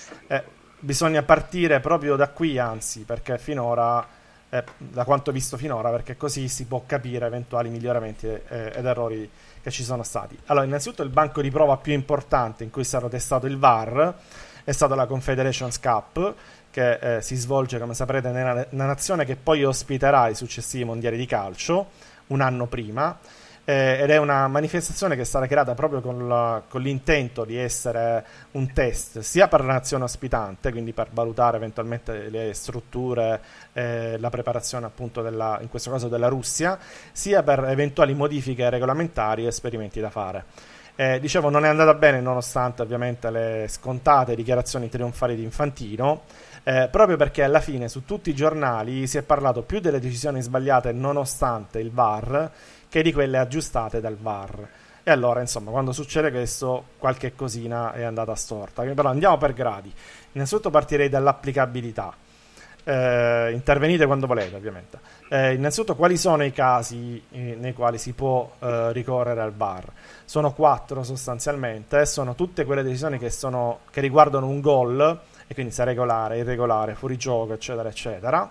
Bisogna partire proprio da qui, anzi, perché finora da quanto visto finora, perché così si può capire eventuali miglioramenti ed errori che ci sono stati. Allora, innanzitutto il banco di prova più importante in cui è stato testato il VAR è stata la Confederations Cup, che si svolge, come saprete, nella nazione che poi ospiterà i successivi mondiali di calcio un anno prima, ed è una manifestazione che è stata creata proprio con l'intento di essere un test sia per la nazione ospitante, quindi per valutare eventualmente le strutture, la preparazione appunto in questo caso della Russia, sia per eventuali modifiche regolamentari e esperimenti da fare. Dicevo, non è andata bene nonostante ovviamente le scontate dichiarazioni trionfali di Infantino, proprio perché alla fine su tutti i giornali si è parlato più delle decisioni sbagliate nonostante il VAR che di quelle aggiustate dal VAR. E allora, insomma, quando succede questo, qualche cosina è andata storta. Però andiamo per gradi. Innanzitutto partirei dall'applicabilità. Intervenite quando volete, ovviamente. Innanzitutto, quali sono i casi nei quali si può ricorrere al VAR? Sono 4 sostanzialmente, sono tutte quelle decisioni che riguardano un gol, e quindi se regolare, irregolare, fuorigioco, eccetera, eccetera.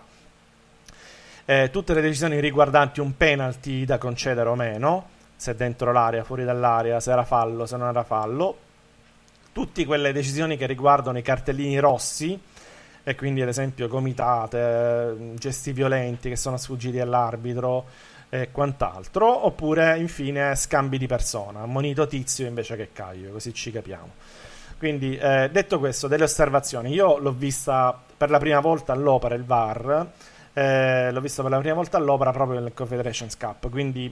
Tutte le decisioni riguardanti un penalty da concedere o meno, se dentro l'area, fuori dall'area, se era fallo, se non era fallo. Tutte quelle decisioni che riguardano i cartellini rossi, e quindi ad esempio gomitate, gesti violenti che sono sfuggiti all'arbitro e quant'altro, oppure infine scambi di persona, ammonito Tizio invece che Caio, così ci capiamo. Quindi detto questo, delle osservazioni. Io l'ho vista per la prima volta all'opera il VAR, l'ho visto per la prima volta all'opera proprio nel Confederations Cup, quindi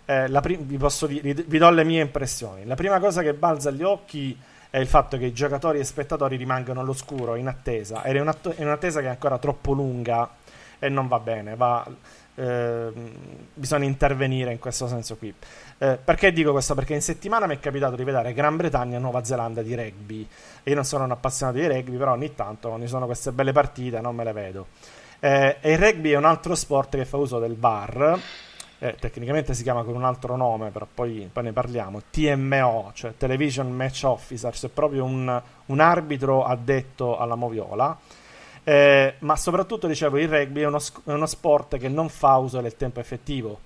vi do le mie impressioni. La prima cosa che balza agli occhi è il fatto che i giocatori e spettatori rimangano all'oscuro in attesa, ed è un'attesa che è ancora troppo lunga e non va bene, bisogna intervenire in questo senso qui. Perché dico questo? Perché in settimana mi è capitato di vedere Gran Bretagna e Nuova Zelanda di rugby, e io non sono un appassionato di rugby, però ogni tanto quando ci sono queste belle partite non me le vedo. E il rugby è un altro sport che fa uso del VAR, tecnicamente si chiama con un altro nome, però poi ne parliamo, TMO, cioè Television Match Officer, cioè proprio un arbitro addetto alla moviola, ma soprattutto, dicevo, il rugby è uno sport che non fa uso del tempo effettivo,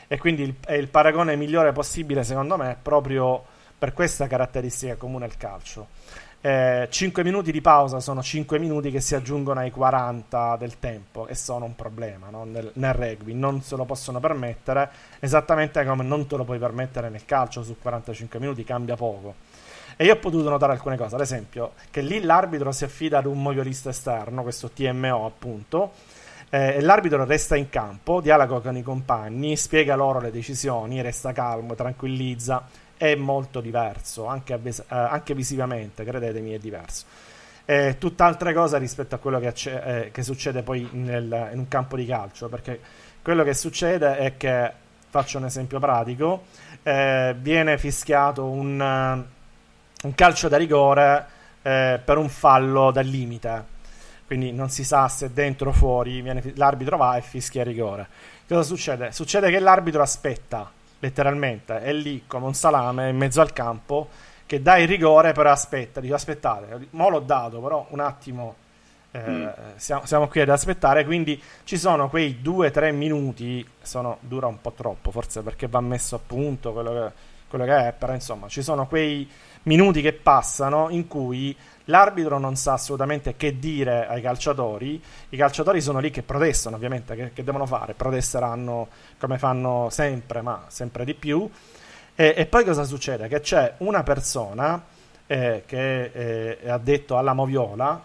e quindi è il paragone migliore possibile secondo me proprio per questa caratteristica comune al calcio. 5 minuti di pausa sono 5 minuti che si aggiungono ai 40 del tempo e sono un problema, no? Nel rugby non se lo possono permettere, esattamente come non te lo puoi permettere nel calcio. Su 45 minuti cambia poco. E io ho potuto notare alcune cose, ad esempio che lì l'arbitro si affida ad un moviolista esterno, questo TMO appunto, e l'arbitro resta in campo, dialoga con i compagni, spiega loro le decisioni, resta calmo, tranquillizza. È molto diverso, anche visivamente, credetemi, è diverso. È tutt'altra cosa rispetto a quello che succede poi in un campo di calcio, perché quello che succede è che, faccio un esempio pratico, viene fischiato un calcio da rigore per un fallo dal limite, quindi non si sa se dentro o fuori, l'arbitro va e fischia il rigore. Cosa succede? Succede che l'arbitro aspetta, letteralmente è lì come un salame in mezzo al campo che dà il rigore, però aspetta, dice aspettate, mo l'ho dato, però un attimo siamo qui ad aspettare, quindi ci sono quei 2-3 minuti, dura un po' troppo forse perché va messo a punto quello che è, però insomma ci sono quei minuti che passano in cui l'arbitro non sa assolutamente che dire ai calciatori. I calciatori sono lì che protestano, ovviamente, che devono fare? Protesteranno come fanno sempre, ma sempre di più. E poi cosa succede? Che c'è una persona che è addetto alla moviola,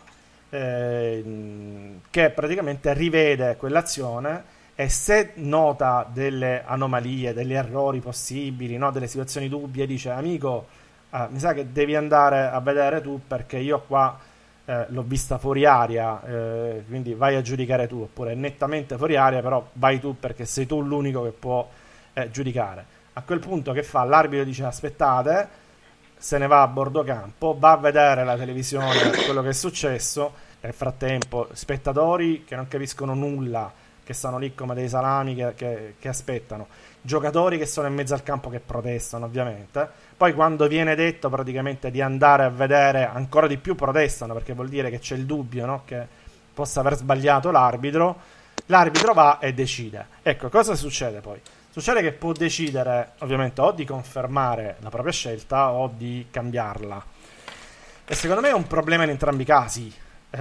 che praticamente rivede quell'azione e se nota delle anomalie, degli errori possibili, no? Delle situazioni dubbie, dice amico, mi sa che devi andare a vedere tu perché io qua l'ho vista fuori aria, quindi vai a giudicare tu, oppure è nettamente fuori aria, però vai tu perché sei tu l'unico che può giudicare. A quel punto che fa? L'arbitro dice aspettate, se ne va a bordo campo, va a vedere la televisione quello che è successo. Nel frattempo spettatori che non capiscono nulla, che stanno lì come dei salami che aspettano, giocatori che sono in mezzo al campo che protestano, ovviamente. Poi quando viene detto praticamente di andare a vedere, ancora di più protestano, perché vuol dire che c'è il dubbio, no? Che possa aver sbagliato l'arbitro va e decide. Ecco, cosa succede poi? Succede che può decidere ovviamente o di confermare la propria scelta o di cambiarla, e secondo me è un problema in entrambi i casi.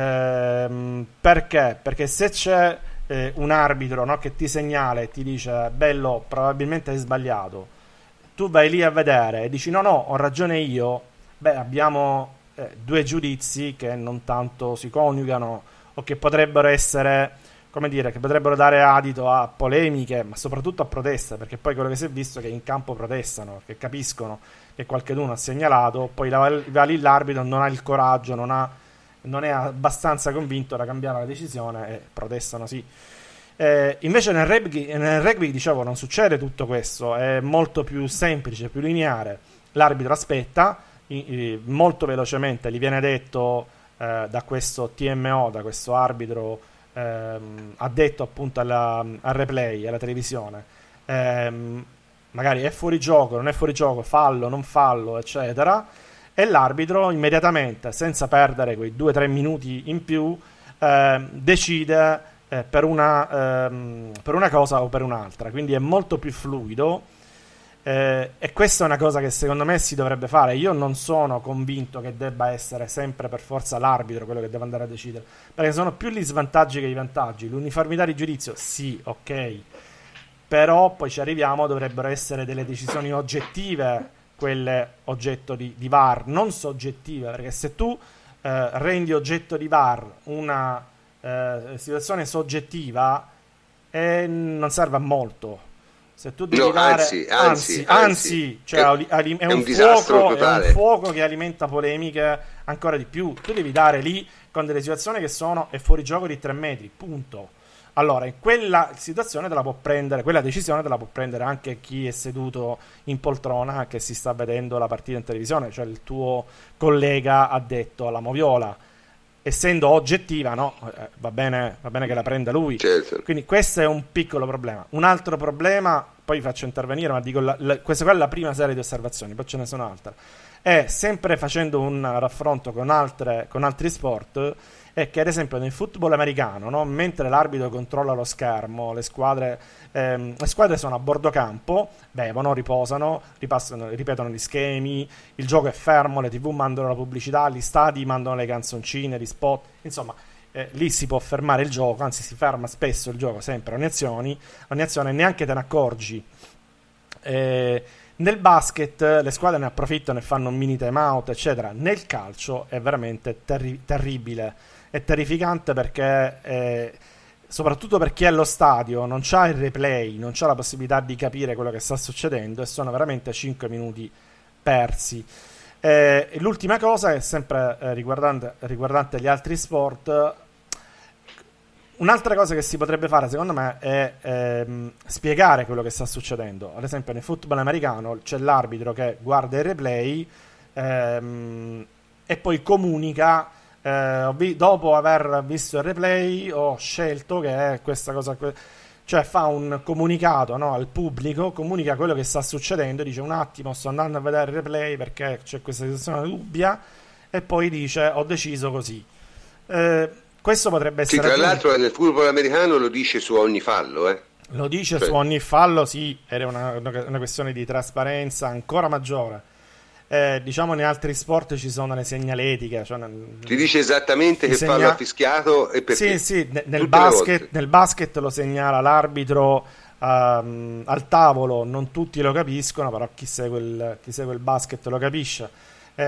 Perché? Perché se c'è un arbitro, no, che ti segnala e ti dice bello, probabilmente hai sbagliato, tu vai lì a vedere e dici no, ho ragione io, abbiamo due giudizi che non tanto si coniugano o che potrebbero essere, come dire, che potrebbero dare adito a polemiche, ma soprattutto a proteste, perché poi quello che si è visto è che in campo protestano, che capiscono che qualcuno ha segnalato, poi va lì l'arbitro, non ha il coraggio, non è abbastanza convinto da cambiare la decisione e protestano, sì. Invece nel rugby, dicevo, non succede tutto questo, è molto più semplice, più lineare. L'arbitro aspetta, molto velocemente gli viene detto da questo TMO, da questo arbitro addetto appunto al replay, alla televisione, magari è fuori gioco, non è fuori gioco, fallo, non fallo, eccetera, e l'arbitro immediatamente, senza perdere quei 2-3 minuti in più, decide per una cosa o per un'altra, quindi è molto più fluido, e questa è una cosa che secondo me si dovrebbe fare. Io non sono convinto che debba essere sempre per forza l'arbitro quello che deve andare a decidere, perché sono più gli svantaggi che i vantaggi. L'uniformità di giudizio sì, ok, però poi ci arriviamo, dovrebbero essere delle decisioni oggettive, quelle oggetto di VAR, non soggettive, perché se tu rendi oggetto di VAR una situazione soggettiva non serve a molto. Se tu devi anzi, cioè è un fuoco che alimenta polemiche ancora di più. Tu devi dare lì con delle situazioni che sono è fuori gioco di 3 metri, punto. Allora, in quella situazione quella decisione te la può prendere anche chi è seduto in poltrona che si sta vedendo la partita in televisione, cioè il tuo collega addetto alla moviola. Essendo oggettiva, no? Va bene che la prenda lui. Certo. Quindi questo è un piccolo problema. Un altro problema, poi faccio intervenire, ma dico questa qua è la prima serie di osservazioni, poi ce ne sono altre. E sempre facendo un raffronto con altri sport, è che ad esempio nel football americano, no? Mentre l'arbitro controlla lo schermo, le squadre sono a bordo campo, bevono, riposano, ripetono gli schemi, il gioco è fermo, le TV mandano la pubblicità, gli stadi mandano le canzoncine, gli spot, insomma lì si può fermare il gioco, anzi si ferma spesso il gioco, sempre ogni azione neanche te ne accorgi. Nel basket le squadre ne approfittano e fanno un mini time out, eccetera. Nel calcio è veramente terribile, è terrificante, perché soprattutto per chi è allo stadio non c'ha il replay, non c'ha la possibilità di capire quello che sta succedendo, e sono veramente 5 minuti persi. L'ultima cosa è sempre riguardante gli altri sport. Un'altra cosa che si potrebbe fare, secondo me, è spiegare quello che sta succedendo. Ad esempio, nel football americano c'è l'arbitro che guarda il replay e poi comunica. Dopo aver visto il replay, ho scelto che è questa cosa. Cioè, fa un comunicato, no, al pubblico, comunica quello che sta succedendo, dice: un attimo, sto andando a vedere il replay perché c'è questa situazione dubbia, e poi dice: ho deciso così. Questo potrebbe essere. Sì, tra l'altro nel football americano lo dice su ogni fallo, Lo dice su ogni fallo, sì, ed è una questione di trasparenza ancora maggiore. Diciamo, in altri sport ci sono le segnaletiche, cioè ti dice esattamente che fallo ha fischiato e perché. Sì, nel basket lo segnala l'arbitro al tavolo, non tutti lo capiscono, però chi segue il basket lo capisce.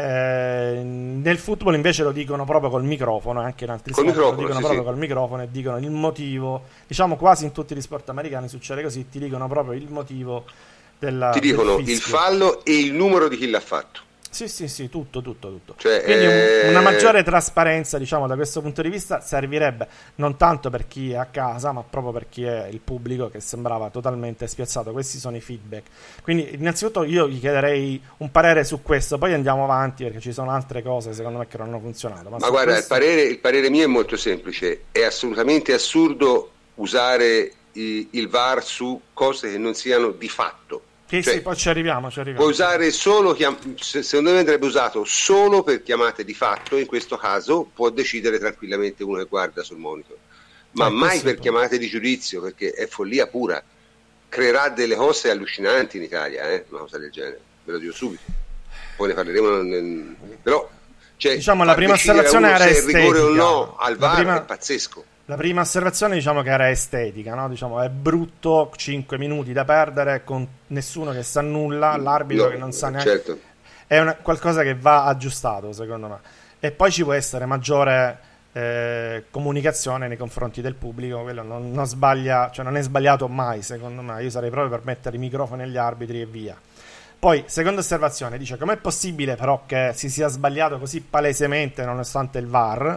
Nel football invece lo dicono proprio col microfono, anche in altri sport lo dicono proprio col microfono, e dicono il motivo. Diciamo quasi in tutti gli sport americani succede così, ti dicono proprio il motivo ti dicono il fallo e il numero di chi l'ha fatto. Sì, tutto. Cioè, quindi una maggiore trasparenza, diciamo, da questo punto di vista servirebbe non tanto per chi è a casa, ma proprio per chi è il pubblico, che sembrava totalmente spiazzato. Questi sono i feedback. Quindi innanzitutto io gli chiederei un parere su questo, poi andiamo avanti, perché ci sono altre cose secondo me che non hanno funzionato. Ma guarda, il parere mio è molto semplice: è assolutamente assurdo usare il VAR su cose che non siano di fatto. Sì, poi ci arriviamo. Puoi usare solo, secondo me andrebbe usato solo per chiamate di fatto. In questo caso può decidere tranquillamente uno che guarda sul monitor, ma mai per chiamate di giudizio, perché è follia pura. Creerà delle cose allucinanti in Italia, una cosa del genere, ve lo dico subito, poi ne parleremo però diciamo, la prima osservazione era estetica. Se il rigore o no al VAR è pazzesco. La prima osservazione, diciamo, che era estetica, no? Diciamo, è brutto 5 minuti da perdere con nessuno che sa nulla, l'arbitro che non sa neanche. Certo. È qualcosa che va aggiustato, secondo me. E poi ci può essere maggiore comunicazione nei confronti del pubblico, quello non sbaglia, cioè non è sbagliato mai, secondo me. Io sarei proprio per mettere i microfoni agli arbitri e via. Poi, seconda osservazione, dice: com'è possibile però che si sia sbagliato così palesemente nonostante il VAR?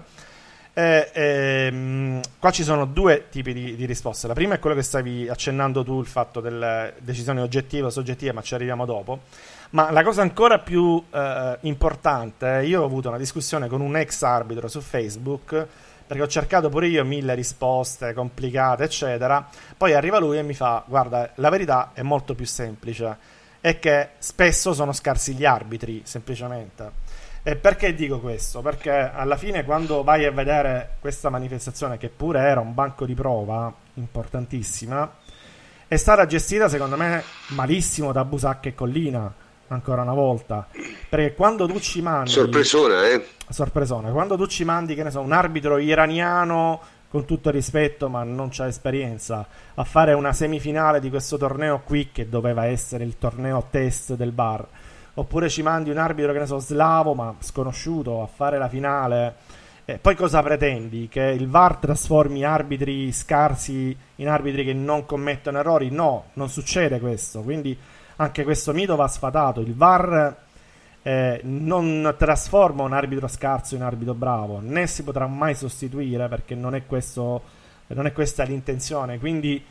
Qua ci sono due tipi di risposte. La prima è quello che stavi accennando tu, il fatto delle decisioni oggettive o soggettive, ma ci arriviamo dopo. Ma la cosa ancora più importante, io ho avuto una discussione con un ex arbitro su Facebook, perché ho cercato pure io 1000 risposte complicate, eccetera. Poi arriva lui e mi fa: guarda, la verità è molto più semplice, è che spesso sono scarsi gli arbitri, semplicemente. E perché dico questo? Perché alla fine, quando vai a vedere questa manifestazione, che pure era un banco di prova importantissima, è stata gestita secondo me malissimo da Busacca e Collina, ancora una volta, perché quando tu ci mandi sorpresona, quando tu ci mandi, che ne so, un arbitro iraniano, con tutto il rispetto, ma non c'ha esperienza, a fare una semifinale di questo torneo qui, che doveva essere il torneo test del VAR, oppure ci mandi un arbitro, che ne so, slavo ma sconosciuto, a fare la finale, poi cosa pretendi? Che il VAR trasformi arbitri scarsi in arbitri che non commettono errori? No, non succede questo. Quindi anche questo mito va sfatato. Il VAR non trasforma un arbitro scarso in arbitro bravo, né si potrà mai sostituire, perché non è questa l'intenzione. Quindi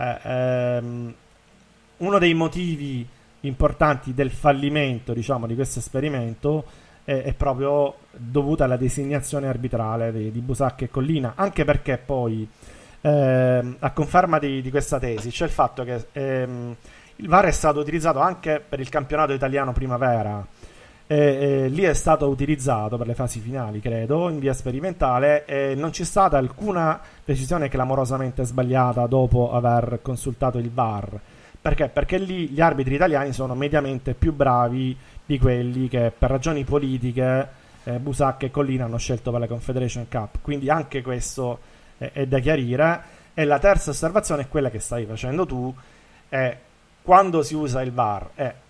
uno dei motivi importanti del fallimento, diciamo, di questo esperimento è proprio dovuta alla designazione arbitrale di Busacca e Collina, anche perché poi a conferma di questa tesi c'è il fatto che il VAR è stato utilizzato anche per il campionato italiano primavera, lì è stato utilizzato per le fasi finali, credo, in via sperimentale, e non c'è stata alcuna decisione clamorosamente sbagliata dopo aver consultato il VAR. Perché? Perché lì gli arbitri italiani sono mediamente più bravi di quelli che per ragioni politiche Busacca e Collina hanno scelto per la Confederation Cup. Quindi anche questo è da chiarire. E la terza osservazione è quella che stai facendo tu, è quando si usa il VAR.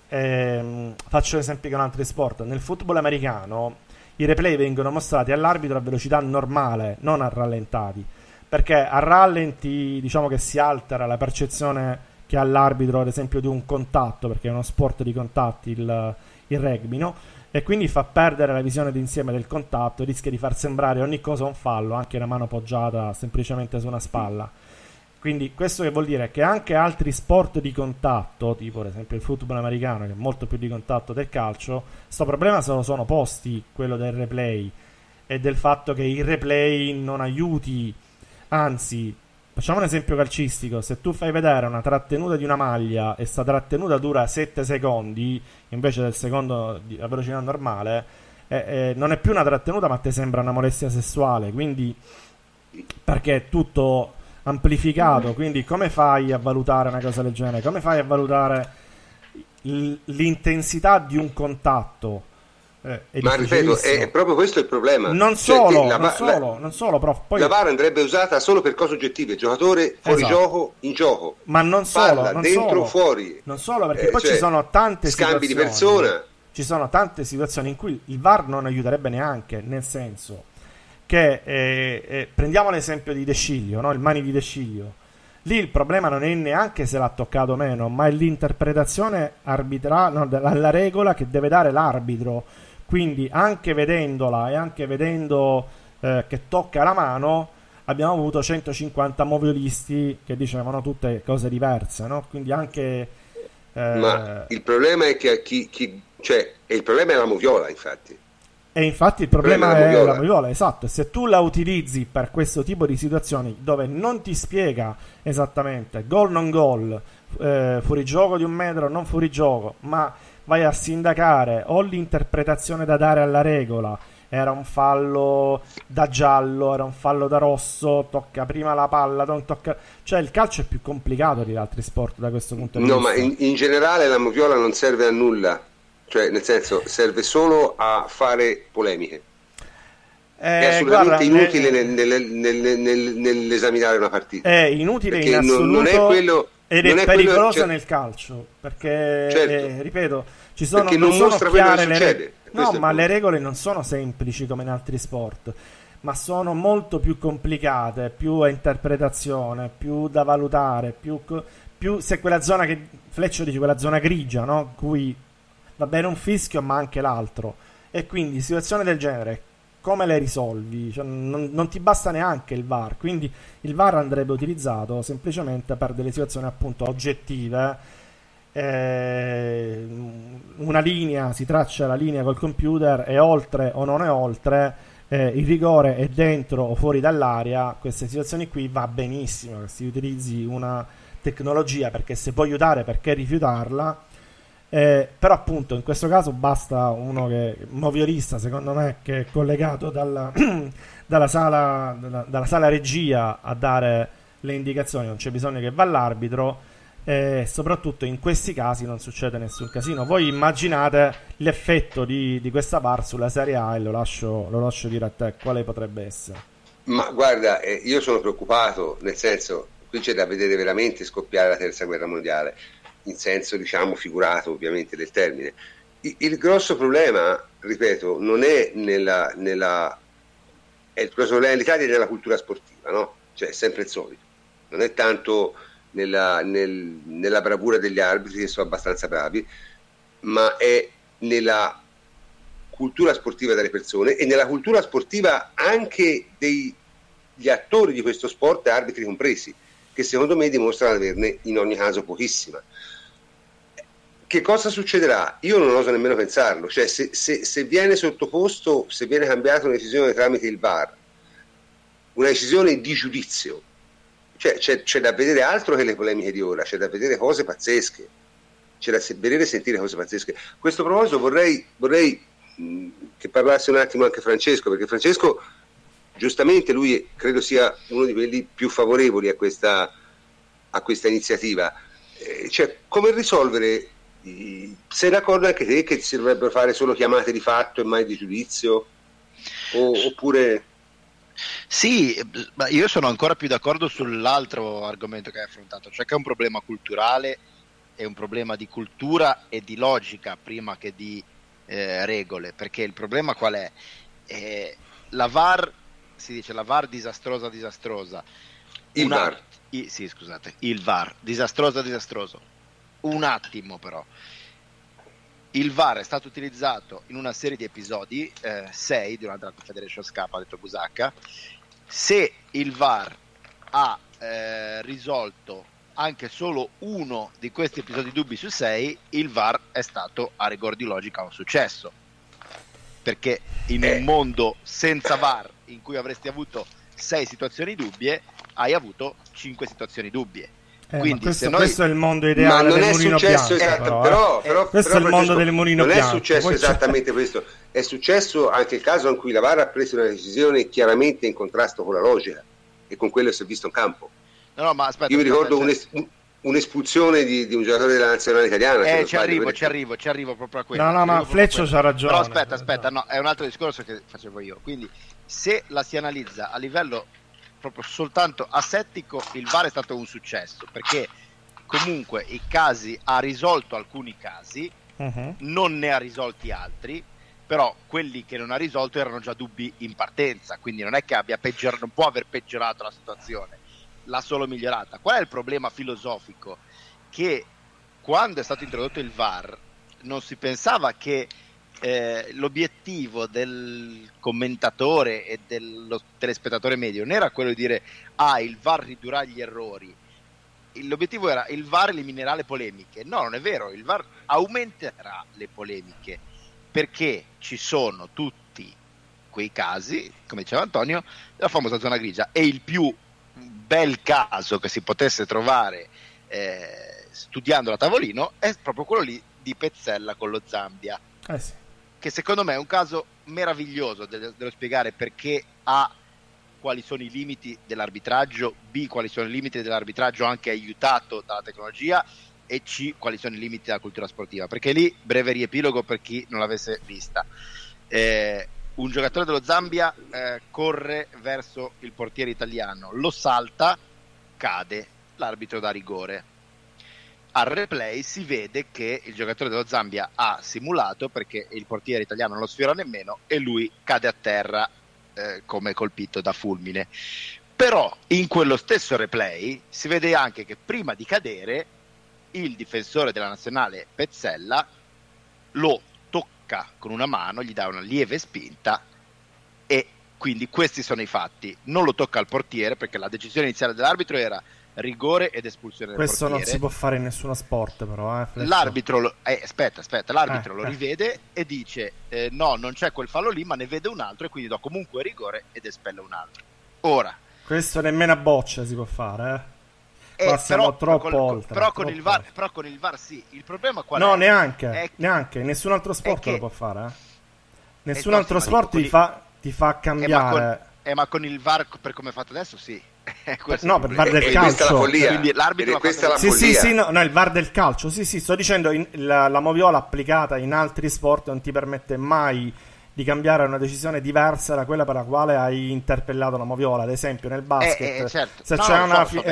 Faccio esempi con altri sport. Nel football americano i replay vengono mostrati all'arbitro a velocità normale, non a rallentati, perché a rallenti diciamo che si altera la percezione che ha l'arbitro, ad esempio, di un contatto, perché è uno sport di contatti il rugby, no? E quindi fa perdere la visione d'insieme del contatto, rischia di far sembrare ogni cosa un fallo, anche una mano poggiata semplicemente su una spalla. Quindi questo che vuol dire che anche altri sport di contatto, tipo ad esempio il football americano, che è molto più di contatto del calcio, sto problema se lo sono posti, quello del replay, e del fatto che il replay non aiuti. Anzi, facciamo un esempio calcistico: se tu fai vedere una trattenuta di una maglia e sta trattenuta dura 7 secondi invece del secondo a velocità normale, non è più una trattenuta, ma ti sembra una molestia sessuale, quindi, perché è tutto amplificato. Quindi come fai a valutare una cosa del genere? Come fai a valutare l'intensità di un contatto? Ma ripeto, è proprio questo il problema. Non solo, prof. Poi la VAR andrebbe usata solo per cose oggettive, giocatore fuori gioco, in gioco. Ma non solo, palla, dentro, fuori. Non solo, perché poi ci sono tante scambi situazioni. Di persona. Ci sono tante situazioni in cui il VAR non aiuterebbe neanche, nel senso che prendiamo l'esempio di De Sciglio, no? Il Mani di De Sciglio. Lì il problema non è neanche se l'ha toccato o meno, ma è l'interpretazione arbitrale, la regola che deve dare l'arbitro. Quindi anche vedendola e anche vedendo che tocca la mano, abbiamo avuto 150 moviolisti che dicevano tutte cose diverse, no? Quindi anche ma il problema è che il problema è la moviola, infatti. E infatti il problema è la moviola, esatto. Se tu la utilizzi per questo tipo di situazioni dove non ti spiega esattamente gol non gol, fuorigioco di un metro non fuorigioco, ma vai a sindacare o l'interpretazione da dare alla regola, era un fallo da giallo, era un fallo da rosso, tocca prima la palla, non tocca... Cioè il calcio è più complicato degli altri sport da questo punto di vista. No, ma in generale la moviola non serve a nulla, cioè nel senso serve solo a fare polemiche. È assolutamente inutile nell'esaminare una partita. È inutile in assoluto, non è quello, ed è pericoloso nel calcio, perché certo, ripeto, ci sono, perché non mostra quello che succede. No, ma le regole non sono semplici come in altri sport, ma sono molto più complicate, più a interpretazione, più da valutare, più se quella zona che Fleccio dice, quella zona grigia, no? Cui va bene un fischio ma anche l'altro, e quindi situazioni del genere come le risolvi? Cioè, non ti basta neanche il VAR, quindi il VAR andrebbe utilizzato semplicemente per delle situazioni appunto oggettive. Una linea, si traccia la linea col computer, è oltre o non è oltre, il rigore è dentro o fuori dall'area. Queste situazioni qui va benissimo che si utilizzi una tecnologia, perché se può aiutare, perché rifiutarla? Però appunto in questo caso basta uno che moviolista, secondo me, che è collegato dalla sala regia a dare le indicazioni, non c'è bisogno che va l'arbitro. E soprattutto in questi casi non succede nessun casino. Voi immaginate l'effetto di questa VAR sulla Serie A, e lo lascio dire a te quale potrebbe essere. Ma guarda, io sono preoccupato, nel senso, qui c'è da vedere veramente scoppiare la terza guerra mondiale, in senso diciamo figurato ovviamente del termine. Il grosso problema, ripeto, non è il grosso problema dell'Italia è nella cultura sportiva, no? Cioè è sempre il solito, non è tanto nella bravura degli arbitri, che sono abbastanza bravi, ma è nella cultura sportiva delle persone e nella cultura sportiva anche degli attori di questo sport, arbitri compresi, che secondo me dimostrano di averne in ogni caso pochissima. Che cosa succederà? Io non oso nemmeno pensarlo. Cioè se viene sottoposto, se viene cambiata una decisione tramite il VAR, una decisione di giudizio, cioè c'è da vedere altro che le polemiche di ora, c'è da vedere cose pazzesche, c'è da vedere e sentire cose pazzesche. A questo proposito vorrei che parlasse un attimo anche Francesco, perché Francesco giustamente lui credo sia uno di quelli più favorevoli a questa iniziativa. Cioè, come risolvere? Sei d'accordo anche te che si dovrebbero fare solo chiamate di fatto e mai di giudizio? Oppure... Sì, ma io sono ancora più d'accordo sull'altro argomento che hai affrontato, cioè che è un problema culturale, è un problema di cultura e di logica prima che di regole, perché il problema qual è? La VAR, si dice la VAR disastrosa. Il VAR. Sì, scusate, il VAR, disastroso. Un attimo però. Il VAR è stato utilizzato in una serie di episodi, 6 durante la Confederation Cup, ha detto Busacca. Se il VAR ha risolto anche solo uno di questi episodi dubbi su 6, il VAR è stato a rigor di logica un successo. Perché in un mondo senza VAR, in cui avresti avuto 6 situazioni dubbie, hai avuto 5 situazioni dubbie. Quindi questo è il mondo ideale del mulino bianco, però questo è il mondo del mulino bianco. Non è successo esattamente questo, è successo anche il caso in cui la VAR ha preso una decisione chiaramente in contrasto con la logica e con quello che si è visto in campo. No, ma aspetta, io mi ricordo un'espulsione di un giocatore della nazionale italiana. Ci arrivo proprio a quello. No, ma Fleccio c'ha ragione. Però aspetta, no, è un altro discorso che facevo io. Quindi se la si analizza a livello proprio soltanto asettico, il VAR è stato un successo, perché comunque ha risolto alcuni casi, non ne ha risolti altri, però quelli che non ha risolto erano già dubbi in partenza, quindi non è che non può aver peggiorato la situazione, l'ha solo migliorata. Qual è il problema filosofico? Che quando è stato introdotto il VAR non si pensava che l'obiettivo del commentatore e dello telespettatore medio non era quello di dire il VAR ridurrà gli errori, l'obiettivo era il VAR eliminerà le polemiche. No, non è vero, il VAR aumenterà le polemiche, perché ci sono tutti quei casi, come diceva Antonio, della famosa zona grigia, e il più bel caso che si potesse trovare studiando a tavolino è proprio quello lì di Pezzella con lo Zambia, sì, che secondo me è un caso meraviglioso, dello spiegare perché quali sono i limiti dell'arbitraggio, B quali sono i limiti dell'arbitraggio anche aiutato dalla tecnologia, e C quali sono i limiti della cultura sportiva, perché lì, breve riepilogo per chi non l'avesse vista, un giocatore dello Zambia corre verso il portiere italiano, lo salta, cade, l'arbitro dà rigore. Al replay si vede che il giocatore dello Zambia ha simulato, perché il portiere italiano non lo sfiora nemmeno e lui cade a terra come colpito da fulmine. Però in quello stesso replay si vede anche che prima di cadere il difensore della nazionale Pezzella lo tocca con una mano, gli dà una lieve spinta, e quindi questi sono i fatti. Non lo tocca al portiere, perché la decisione iniziale dell'arbitro era rigore ed espulsione del portiere. Questo non si può fare in nessuno sport, però l'arbitro l'arbitro lo rivede e dice no, non c'è quel fallo lì, ma ne vede un altro, e quindi do comunque rigore ed espelle un altro. Ora, questo nemmeno a boccia si può fare, passiamo troppo oltre. Però con il VAR sì. Il problema qual è? No, neanche nessun altro sport lo può fare, nessun altro sport ti fa cambiare. Ma con il VAR, per come è fatto adesso, sì. No, per il VAR del calcio. Quindi l'arbitro il VAR del calcio. Sì, sto dicendo la moviola applicata in altri sport non ti permette mai di cambiare una decisione diversa da quella per la quale hai interpellato la moviola. Ad esempio nel basket, certo. Se c'è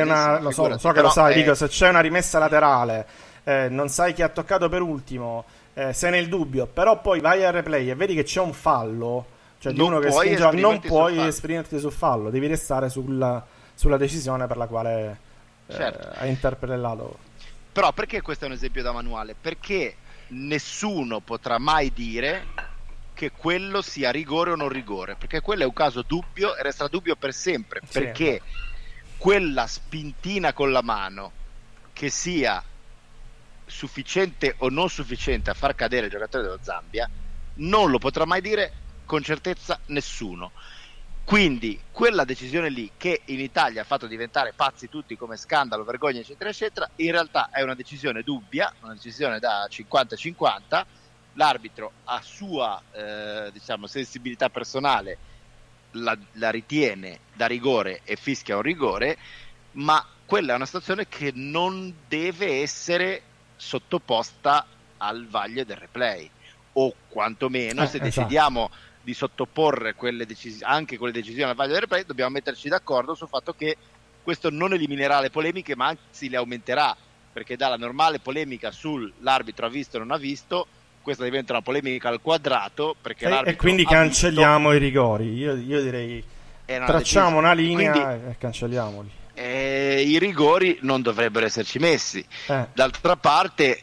se c'è una rimessa laterale, non sai chi ha toccato per ultimo, sei nel dubbio, però poi vai al replay e vedi che c'è un fallo, cioè di uno che spinge, non puoi esprimerti sul fallo, devi restare sulla decisione per la quale hai interpellato. Però perché questo è un esempio da manuale? Perché nessuno potrà mai dire che quello sia rigore o non rigore, perché quello è un caso dubbio e resterà dubbio per sempre, perché quella spintina con la mano, che sia sufficiente o non sufficiente a far cadere il giocatore dello Zambia, non lo potrà mai dire con certezza nessuno. Quindi quella decisione lì, che in Italia ha fatto diventare pazzi tutti come scandalo, vergogna eccetera eccetera, in realtà è una decisione dubbia, una decisione da 50-50, l'arbitro a sua diciamo sensibilità personale la ritiene da rigore e fischia un rigore, ma quella è una situazione che non deve essere sottoposta al vaglio del replay, o quantomeno se decidiamo di sottoporre anche quelle decisioni al vaglio del replay, dobbiamo metterci d'accordo sul fatto che questo non eliminerà le polemiche, ma anzi le aumenterà, perché dalla normale polemica sull'arbitro ha visto o non ha visto, questa diventa una polemica al quadrato, perché e quindi cancelliamo i rigori. Io direi tracciamo una linea e cancelliamoli. I rigori non dovrebbero esserci messi. D'altra parte,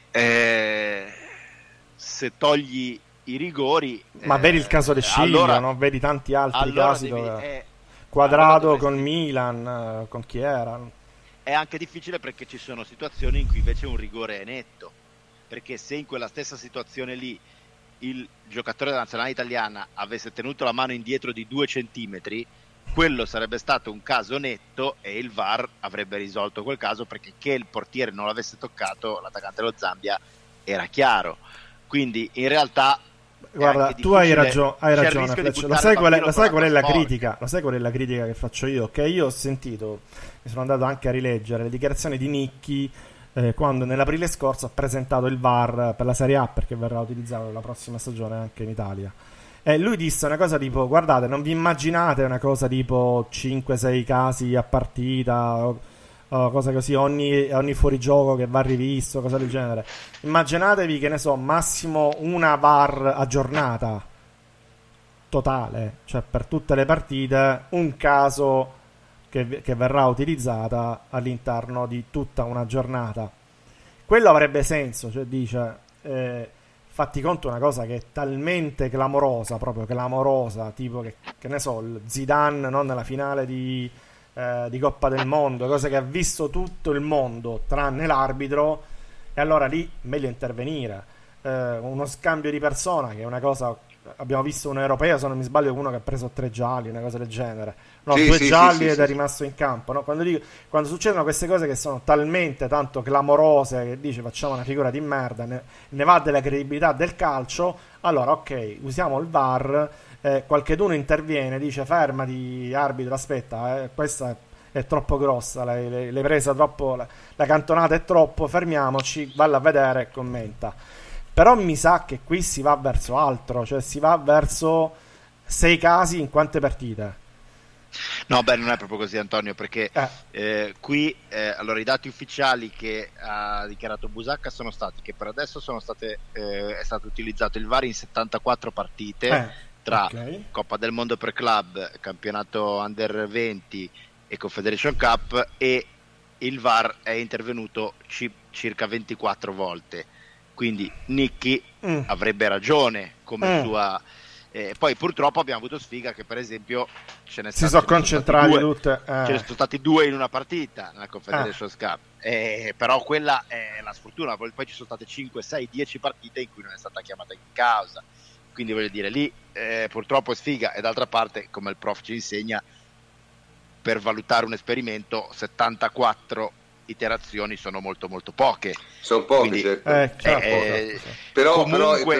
se togli i rigori, ma vedi il caso di Sciglio, allora, no? Vedi tanti altri casi dove Quadrado allora con Milan, con chi era? È anche difficile perché ci sono situazioni in cui invece un rigore è netto, perché se in quella stessa situazione lì il giocatore della nazionale italiana avesse tenuto la mano indietro di 2 centimetri, quello sarebbe stato un caso netto e il VAR avrebbe risolto quel caso, perché che il portiere non l'avesse toccato, l'attaccante dello Zambia, era chiaro. Quindi in realtà, guarda, tu hai ragione, lo sai qual è la critica? Lo sai qual è la critica che faccio io? Che io ho sentito, mi sono andato anche a rileggere le dichiarazioni di Nicchi quando nell'aprile scorso ha presentato il VAR per la Serie A, perché verrà utilizzato la prossima stagione anche in Italia. E lui disse una cosa tipo: guardate, non vi immaginate una cosa tipo 5-6 casi a partita o cose così, ogni fuorigioco che va rivisto, cose del genere. Immaginatevi, che ne so, massimo una VAR a giornata totale, cioè per tutte le partite un caso che verrà utilizzata all'interno di tutta una giornata. Quello avrebbe senso, cioè dice fatti conto una cosa che è talmente clamorosa, proprio clamorosa, tipo che ne so, il Zidane, no, nella finale di Coppa del Mondo, cose che ha visto tutto il mondo tranne l'arbitro, e allora lì meglio intervenire. Uno scambio di persona, che è una cosa, abbiamo visto un europeo, se non mi sbaglio, uno che ha preso 3 gialli, una cosa del genere, no, 2 gialli ed è rimasto in campo, no? Quando succedono queste cose che sono talmente tanto clamorose che dice facciamo una figura di merda, ne va della credibilità del calcio, allora ok, usiamo il VAR. Qualcheduno interviene, dice fermati arbitro, aspetta, questa è troppo grossa, l'hai presa troppo, la cantonata è troppo, fermiamoci, valla a vedere e commenta. Però mi sa che qui si va verso altro, cioè si va verso 6 casi in quante partite? No, beh, non è proprio così, Antonio, perché qui allora i dati ufficiali che ha dichiarato Busacca sono stati che per adesso è stato utilizzato il VAR in 74 partite tra Coppa del Mondo per club, campionato Under 20 e Confederation Cup, e il VAR è intervenuto circa 24 volte. Quindi Nicchi avrebbe ragione come sua. Poi purtroppo abbiamo avuto sfiga che, per esempio, ce sono stati 2 in una partita nella Confederation Cup, però quella è la sfortuna. Poi ci sono state 5, 6, 10 partite in cui non è stata chiamata in causa. Quindi voglio dire, lì purtroppo è sfiga, e d'altra parte, come il prof ci insegna, per valutare un esperimento 74 iterazioni sono molto molto poche. Sono poche, quindi, certo. Però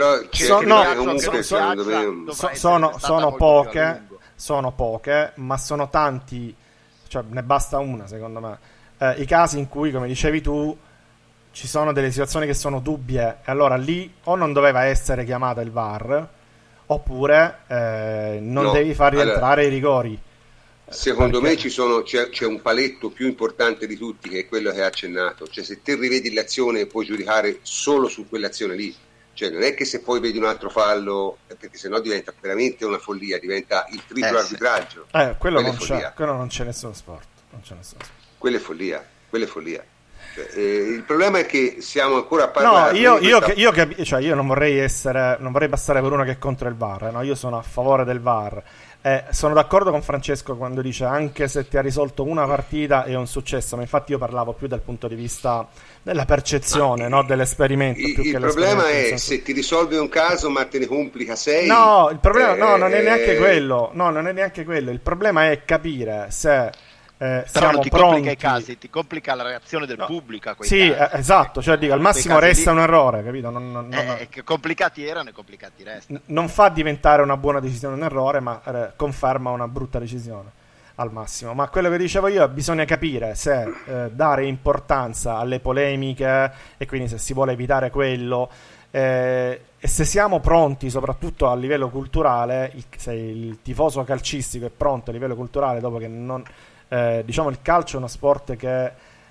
sono poche, ma sono tanti, cioè ne basta una secondo me. I casi in cui, come dicevi tu, ci sono delle situazioni che sono dubbie, e allora lì o non doveva essere chiamata il VAR, oppure devi far rientrare i rigori. Secondo me c'è un paletto più importante di tutti, che è quello che hai accennato. Cioè, se te rivedi l'azione puoi giudicare solo su quell'azione lì. Cioè, non è che se poi vedi un altro fallo, perché sennò diventa veramente una follia, diventa il triplo arbitraggio. Quello non c'è nessuno sport. Quella è follia. Il problema è che siamo ancora a parlare. No, io non vorrei passare per uno che è contro il VAR, no? Io sono a favore del VAR. Sono d'accordo con Francesco quando dice anche se ti ha risolto una partita è un successo, ma infatti io parlavo più dal punto di vista della percezione, no? Dell'esperimento. Il problema è se ti risolve un caso ma te ne complica 6. No, il problema non è neanche quello. No, non è neanche quello. Il problema è capire se Però non ti complica i casi, ti complica la reazione del pubblico a quei sì, casi. esatto, cioè dico, al massimo resta un errore, capito? Che complicati erano e complicati restano. Non fa diventare una buona decisione un errore, ma conferma una brutta decisione al massimo. Ma quello che dicevo io, bisogna capire se dare importanza alle polemiche, e quindi se si vuole evitare quello, e se siamo pronti soprattutto a livello culturale, se il tifoso calcistico è pronto a livello culturale, dopo che non... diciamo, il calcio è uno sport che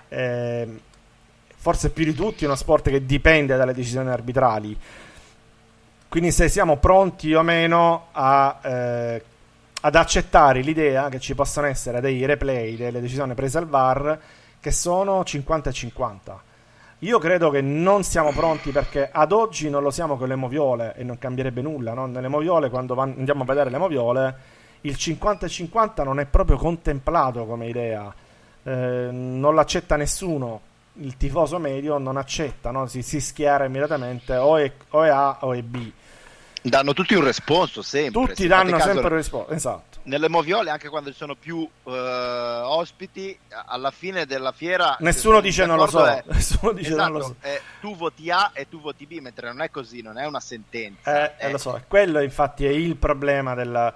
forse più di tutti è uno sport che dipende dalle decisioni arbitrali, quindi se siamo pronti o meno ad accettare l'idea che ci possano essere dei replay delle decisioni prese al VAR che sono 50-50. Io credo che non siamo pronti, perché ad oggi non lo siamo con le moviole, e non cambierebbe nulla, no? Nelle moviole, quando andiamo a vedere le moviole, il 50-50 non è proprio contemplato come idea, non l'accetta nessuno, il tifoso medio non accetta, no? Si schiera immediatamente, o è A o è B. Danno tutti un responso sempre. Tutti danno sempre un responso, esatto. Nelle moviole, anche quando ci sono più ospiti, alla fine della fiera nessuno dice non lo so, nessuno dice esatto, non lo so. Tu voti A e tu voti B, mentre non è così, non è una sentenza. Lo so, quello infatti è il problema del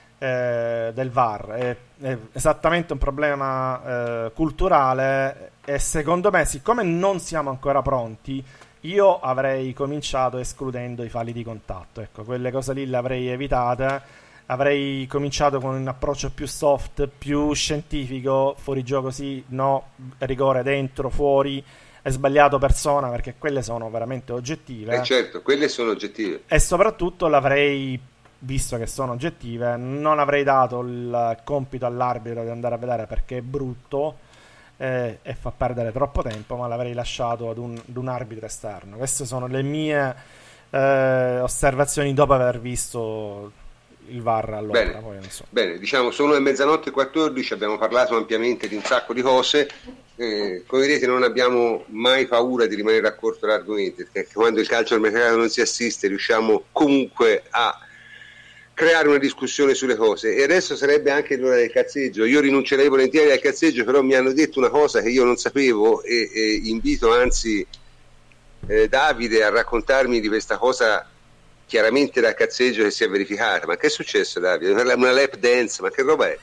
VAR, è esattamente un problema culturale, e secondo me, siccome non siamo ancora pronti, io avrei cominciato escludendo i falli di contatto, ecco, quelle cose lì le avrei evitate, avrei cominciato con un approccio più soft, più scientifico, fuori gioco sì, no, rigore dentro, fuori, è sbagliato persona, perché quelle sono veramente oggettive. Certo, quelle sono oggettive. E soprattutto l'avrei, visto che sono oggettive, non avrei dato il compito all'arbitro di andare a vedere perché è brutto e fa perdere troppo tempo, ma l'avrei lasciato ad un arbitro esterno. Queste sono le mie osservazioni dopo aver visto il VAR allora. Bene, poi non so. Bene, diciamo sono le 00:14, abbiamo parlato ampiamente di un sacco di cose. Come vedete non abbiamo mai paura di rimanere a corto l'argomento, perché quando il calcio al mercato non si assiste riusciamo comunque a creare una discussione sulle cose. E adesso sarebbe anche l'ora del cazzeggio. Io rinuncerei volentieri al cazzeggio, però mi hanno detto una cosa che io non sapevo, e invito anzi Davide a raccontarmi di questa cosa chiaramente da cazzeggio che si è verificata. Ma che è successo, Davide? Una lap dance, ma che roba è?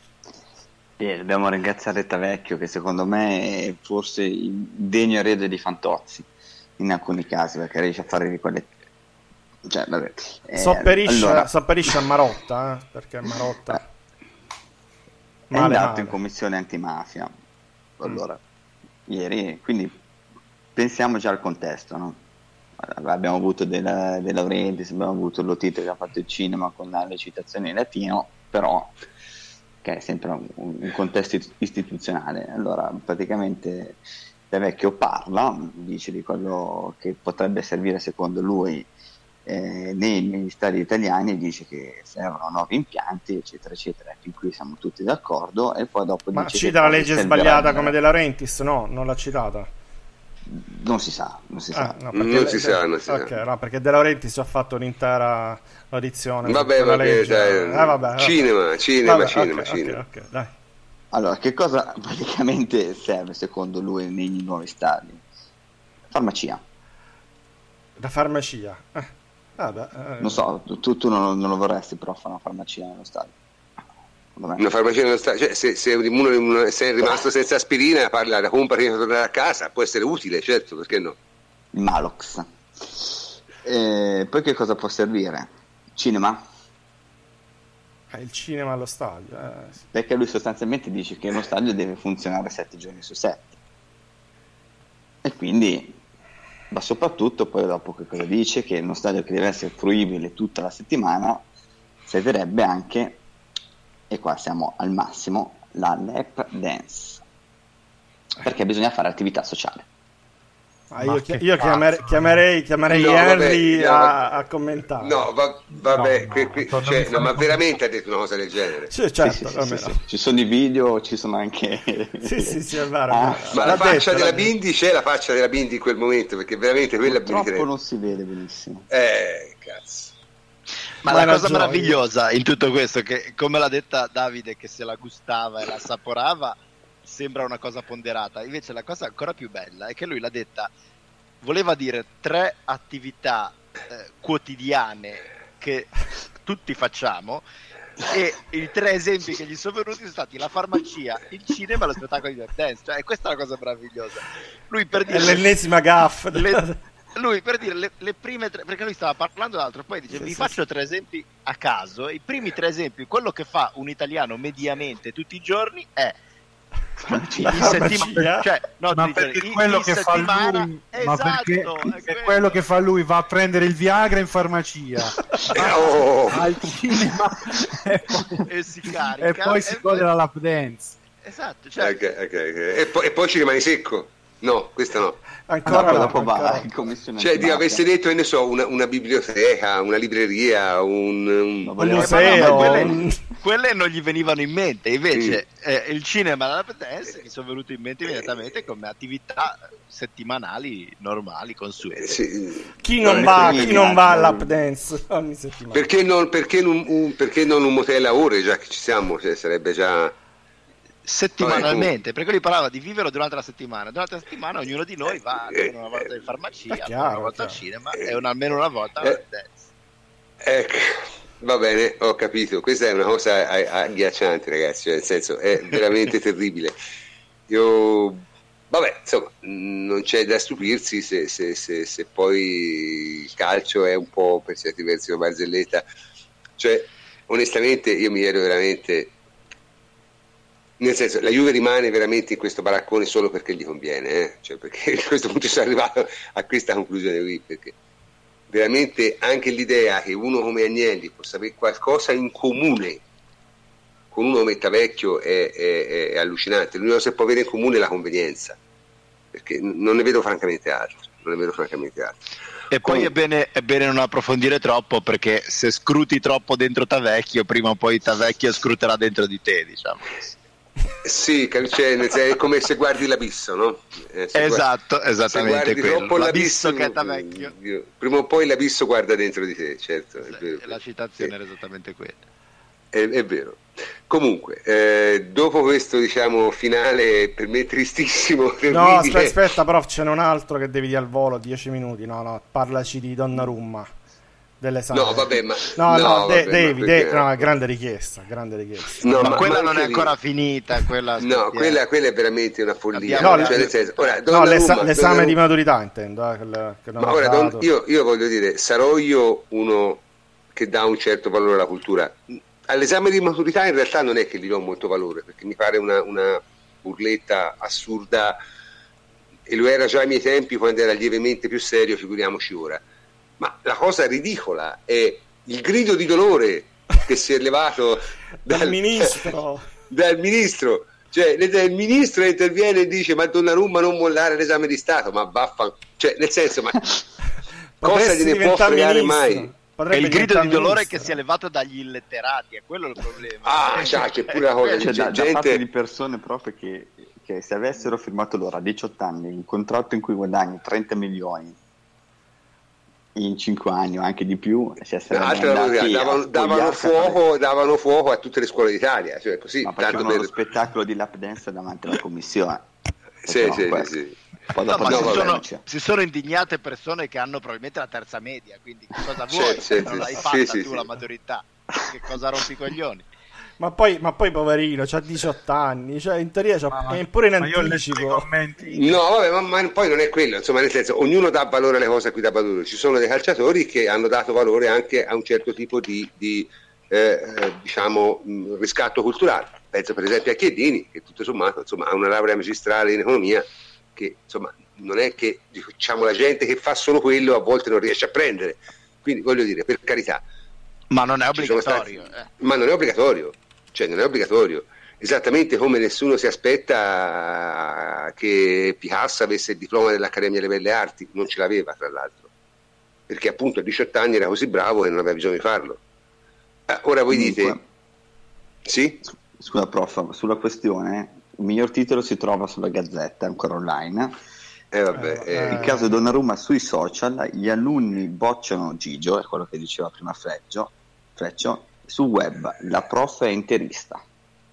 Dobbiamo ringraziare Tavecchio, che secondo me è forse il degno erede di Fantozzi in alcuni casi, perché riesce a fare di quelle, cioè, vabbè. Sopperisce a Marotta, perché Marotta è andato in commissione antimafia allora ieri, quindi pensiamo già al contesto, no? Abbiamo avuto De Laurentiis, abbiamo avuto Lotito che ha fatto il cinema con le citazioni in latino, però che è sempre un contesto istituzionale. Allora praticamente De Vecchio parla, dice di quello che potrebbe servire secondo lui nei ministeri italiani, dice che servono nuovi impianti eccetera eccetera, fin qui siamo tutti d'accordo, e poi dopo ma dice cita che la legge sbagliata come De Laurentiis? No, non l'ha citata. Non si sa. Non si sa. Ok, no, perché De Laurentiis ha fatto un'intera audizione. Vabbè, cinema. Ok, dai. Allora, che cosa praticamente serve secondo lui nei nuovi stadi? Farmacia. La farmacia. Non so, tu non lo vorresti, però fare una farmacia nello stadio. Una farmacia nello stadio, cioè, se uno è rimasto senza aspirina, la compra prima di tornare a casa, può essere utile, certo, perché no? Il Malox. Poi che cosa può servire? Cinema? Il cinema allo stadio. Sì. Perché lui sostanzialmente dice che lo stadio deve funzionare 7 giorni su 7. E quindi, ma soprattutto poi dopo che cosa dice? Che uno stadio che deve essere fruibile tutta la settimana servirebbe anche, e qua siamo al massimo, la lap dance, perché bisogna fare attività sociale. Io chiamerei Henry a commentare. No, vabbè, ma veramente ha detto una cosa del genere? Sì, certo, sì. Ci sono i video, ci sono anche sì, è vero. Ma la faccia della Bindi, c'è la faccia della Bindi in quel momento, perché veramente quella purtroppo non si vede benissimo. Cazzo. Ma la cosa meravigliosa in tutto questo, che come l'ha detta Davide, che se la gustava e la assaporava, sembra una cosa ponderata. Invece la cosa ancora più bella è che lui l'ha detta, voleva dire 3 attività quotidiane che tutti facciamo, e i 3 esempi che gli sono venuti sono stati la farmacia, il cinema e lo spettacolo di dance. Cioè, questa è la cosa meravigliosa. Lui per dire, è l'ennesima gaffa. Lui per dire le prime 3, perché lui stava parlando d'altro, poi dice vi faccio 3 esempi a caso, e i primi 3 esempi, quello che fa un italiano mediamente tutti i giorni è cioè, no, ma perché quello che fa lui, esatto, ma perché è quello che fa lui, va a prendere il Viagra in farmacia, al cinema e si carica e poi si gode la lap dance. Esatto, cioè... okay. E poi ci rimani secco. No, questa no. Ancora dopo va in commissione. Cioè, ti avesse detto, che ne so, una biblioteca, una libreria, un museo. Quelle non gli venivano in mente. Invece il cinema e la lap dance gli sono venuti in mente immediatamente come attività settimanali normali, consuete. Sì. Chi non va all'lap dance ogni settimana? Perché non un motel a ore, già che ci siamo? Cioè, sarebbe già... settimanalmente, perché lui parlava di vivere durante la settimana. Durante la settimana ognuno di noi va una volta in farmacia, una volta al cinema e almeno una volta alla dance. Ecco, va bene, ho capito. Questa è una cosa agghiacciante, ragazzi, cioè, nel senso, è veramente terribile. Vabbè, insomma, non c'è da stupirsi se poi il calcio è un po' per certi versi una barzelletta. Cioè, onestamente, io mi ero veramente... Nel senso, la Juve rimane veramente in questo baraccone solo perché gli conviene, cioè, perché a questo punto sono arrivato a questa conclusione qui, perché veramente anche l'idea che uno come Agnelli possa avere qualcosa in comune con uno come Tavecchio è allucinante. L'unico che può avere in comune è la convenienza, perché non ne vedo francamente altro. E poi è bene non approfondire troppo, perché se scruti troppo dentro Tavecchio, prima o poi Tavecchio scruterà dentro di te, diciamo. Sì, cioè, è come se guardi l'abisso, no? Esatto, esattamente quello. L'abisso che è Tavecchio. Prima o poi l'abisso guarda dentro di te, certo. È vero, la citazione era esattamente quella. È vero. Comunque, dopo questo, diciamo, finale per me tristissimo, no, aspetta, però ce n'è un altro che devi dire al volo, 10 minuti. No, parlaci di Donnarumma. Dell'esame. No, vabbè, ma grande richiesta. No, ma quella non è ancora finita, quella è veramente una follia. Nel senso, l'esame di maturità intendo, ma ora io voglio dire, sarò io uno che dà un certo valore alla cultura. All'esame di maturità in realtà non è che gli do molto valore, perché mi pare una burletta assurda, e lo era già ai miei tempi quando era lievemente più serio, figuriamoci ora. Ma la cosa ridicola è il grido di dolore che si è levato dal ministro. Cioè, il ministro interviene e dice: ma Donnarumma non mollare l'esame di Stato, ma cioè, nel senso, ma cosa gliene può fregare mai? È il grido di dolore che si è levato dagli illetterati, è quello il problema. C'è pure la cosa, da parte di persone proprio che se avessero firmato loro a 18 anni un contratto in cui guadagni 30 milioni in 5 anni o anche di più, davano fuoco a tutte le scuole d'Italia, cioè così, ma tanto per lo spettacolo di lap dance davanti alla commissione. Sì. Si sono indignate persone che hanno probabilmente la terza media, quindi cosa vuoi? Non l'hai fatta tu la maturità, che cosa rompi i coglioni? Ma poi poverino, c'ha 18 anni, cioè in teoria è pure in anticipo. No, vabbè, ma poi non è quello, insomma, nel senso, ognuno dà valore alle cose a cui dà valore. Ci sono dei calciatori che hanno dato valore anche a un certo tipo di diciamo, riscatto culturale. Penso per esempio a Chiellini, che tutto sommato, insomma, ha una laurea magistrale in economia, che insomma non è che, diciamo, la gente che fa solo quello a volte non riesce a prendere. Quindi voglio dire, per carità. Ma non è obbligatorio. Ma non è obbligatorio. Cioè, non è obbligatorio, esattamente come nessuno si aspetta che Picasso avesse il diploma dell'Accademia delle Belle Arti, non ce l'aveva tra l'altro, perché appunto a 18 anni era così bravo che non aveva bisogno di farlo. Ora voi dite, sì? Scusa prof, sulla questione, il miglior titolo si trova sulla Gazzetta, ancora online. Il caso di Donnarumma sui social, gli alunni bocciano Gigio, è quello che diceva prima Fleggio, Freccio, sul web la prof è interista.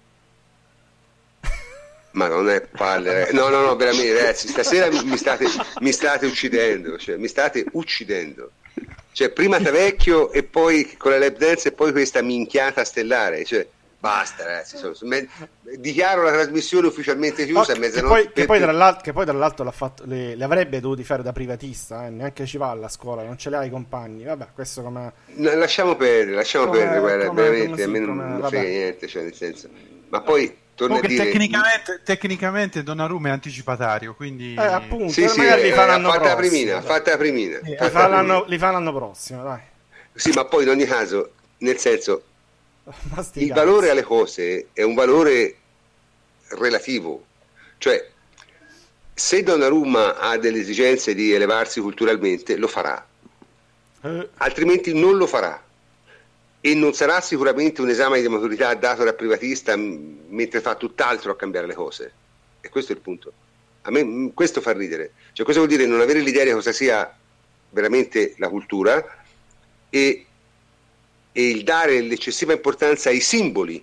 Ma non è palle, no, veramente, ragazzi, stasera mi state uccidendo, cioè, mi state uccidendo. Cioè, prima Tavecchio e poi con la lap dance e poi questa minchiata stellare, cioè, basta, ragazzi, dichiaro la trasmissione ufficialmente chiusa a mezzanotte. Che poi tra l'altro le avrebbe dovuti fare da privatista, neanche ci va alla scuola, non ce li ha i compagni, vabbè, questo come... Lasciamo perdere, guarda, veramente, a me non frega niente, cioè, nel senso, ma poi... Tecnicamente Donnarumma è anticipatario, quindi appunto, sì, magari li fa l'anno fatta prossimo. la primina. Li fa l'anno prossimo, dai. Sì, ma poi in ogni caso, nel senso, il valore alle cose è un valore relativo. Cioè, se Donnarumma ha delle esigenze di elevarsi culturalmente, lo farà. Altrimenti non lo farà. E non sarà sicuramente un esame di maturità dato da privatista mentre fa tutt'altro a cambiare le cose. E questo è il punto. A me questo fa ridere. Cioè, questo vuol dire non avere l'idea di cosa sia veramente la cultura e il dare l'eccessiva importanza ai simboli,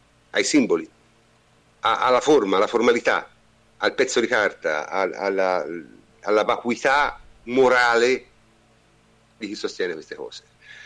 alla forma, alla formalità, al pezzo di carta, alla vacuità morale di chi sostiene queste cose.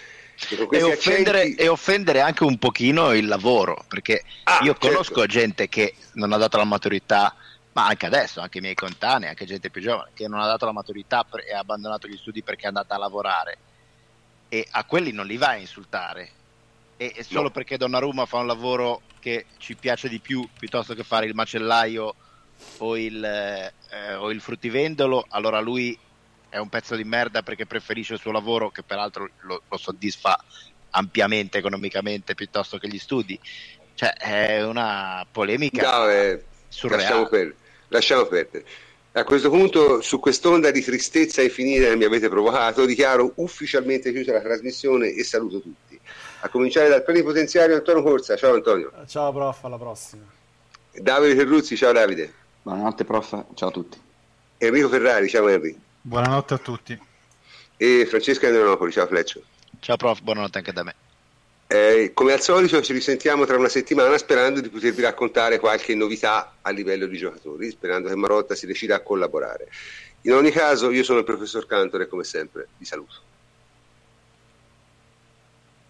E offendere anche un pochino il lavoro, perché io conosco gente che non ha dato la maturità, ma anche adesso, anche i miei coetanei, anche gente più giovane che non ha dato la maturità e ha abbandonato gli studi perché è andata a lavorare, e a quelli non li vai a insultare, e solo perché Donnarumma fa un lavoro che ci piace di più piuttosto che fare il macellaio o il fruttivendolo, allora lui è un pezzo di merda perché preferisce il suo lavoro, che peraltro lo soddisfa ampiamente economicamente piuttosto che gli studi. Cioè, è una polemica surreale. Lasciamo perdere. A questo punto, su quest'onda di tristezza infinita che mi avete provocato, dichiaro ufficialmente chiusa la trasmissione e saluto tutti. A cominciare dal plenipotenziario Antonio Corsa. Ciao Antonio. Ciao prof, alla prossima. Davide Terruzzi. Ciao Davide. Buonanotte prof, ciao a tutti. Enrico Ferrari. Ciao Henry. Buonanotte a tutti. E Francesca Andronopoli. Ciao Fleccio. Ciao prof, buonanotte anche da me. Come al solito ci risentiamo tra una settimana sperando di potervi raccontare qualche novità a livello di giocatori, sperando che Marotta si decida a collaborare. In ogni caso io sono il professor Cantor e come sempre vi saluto.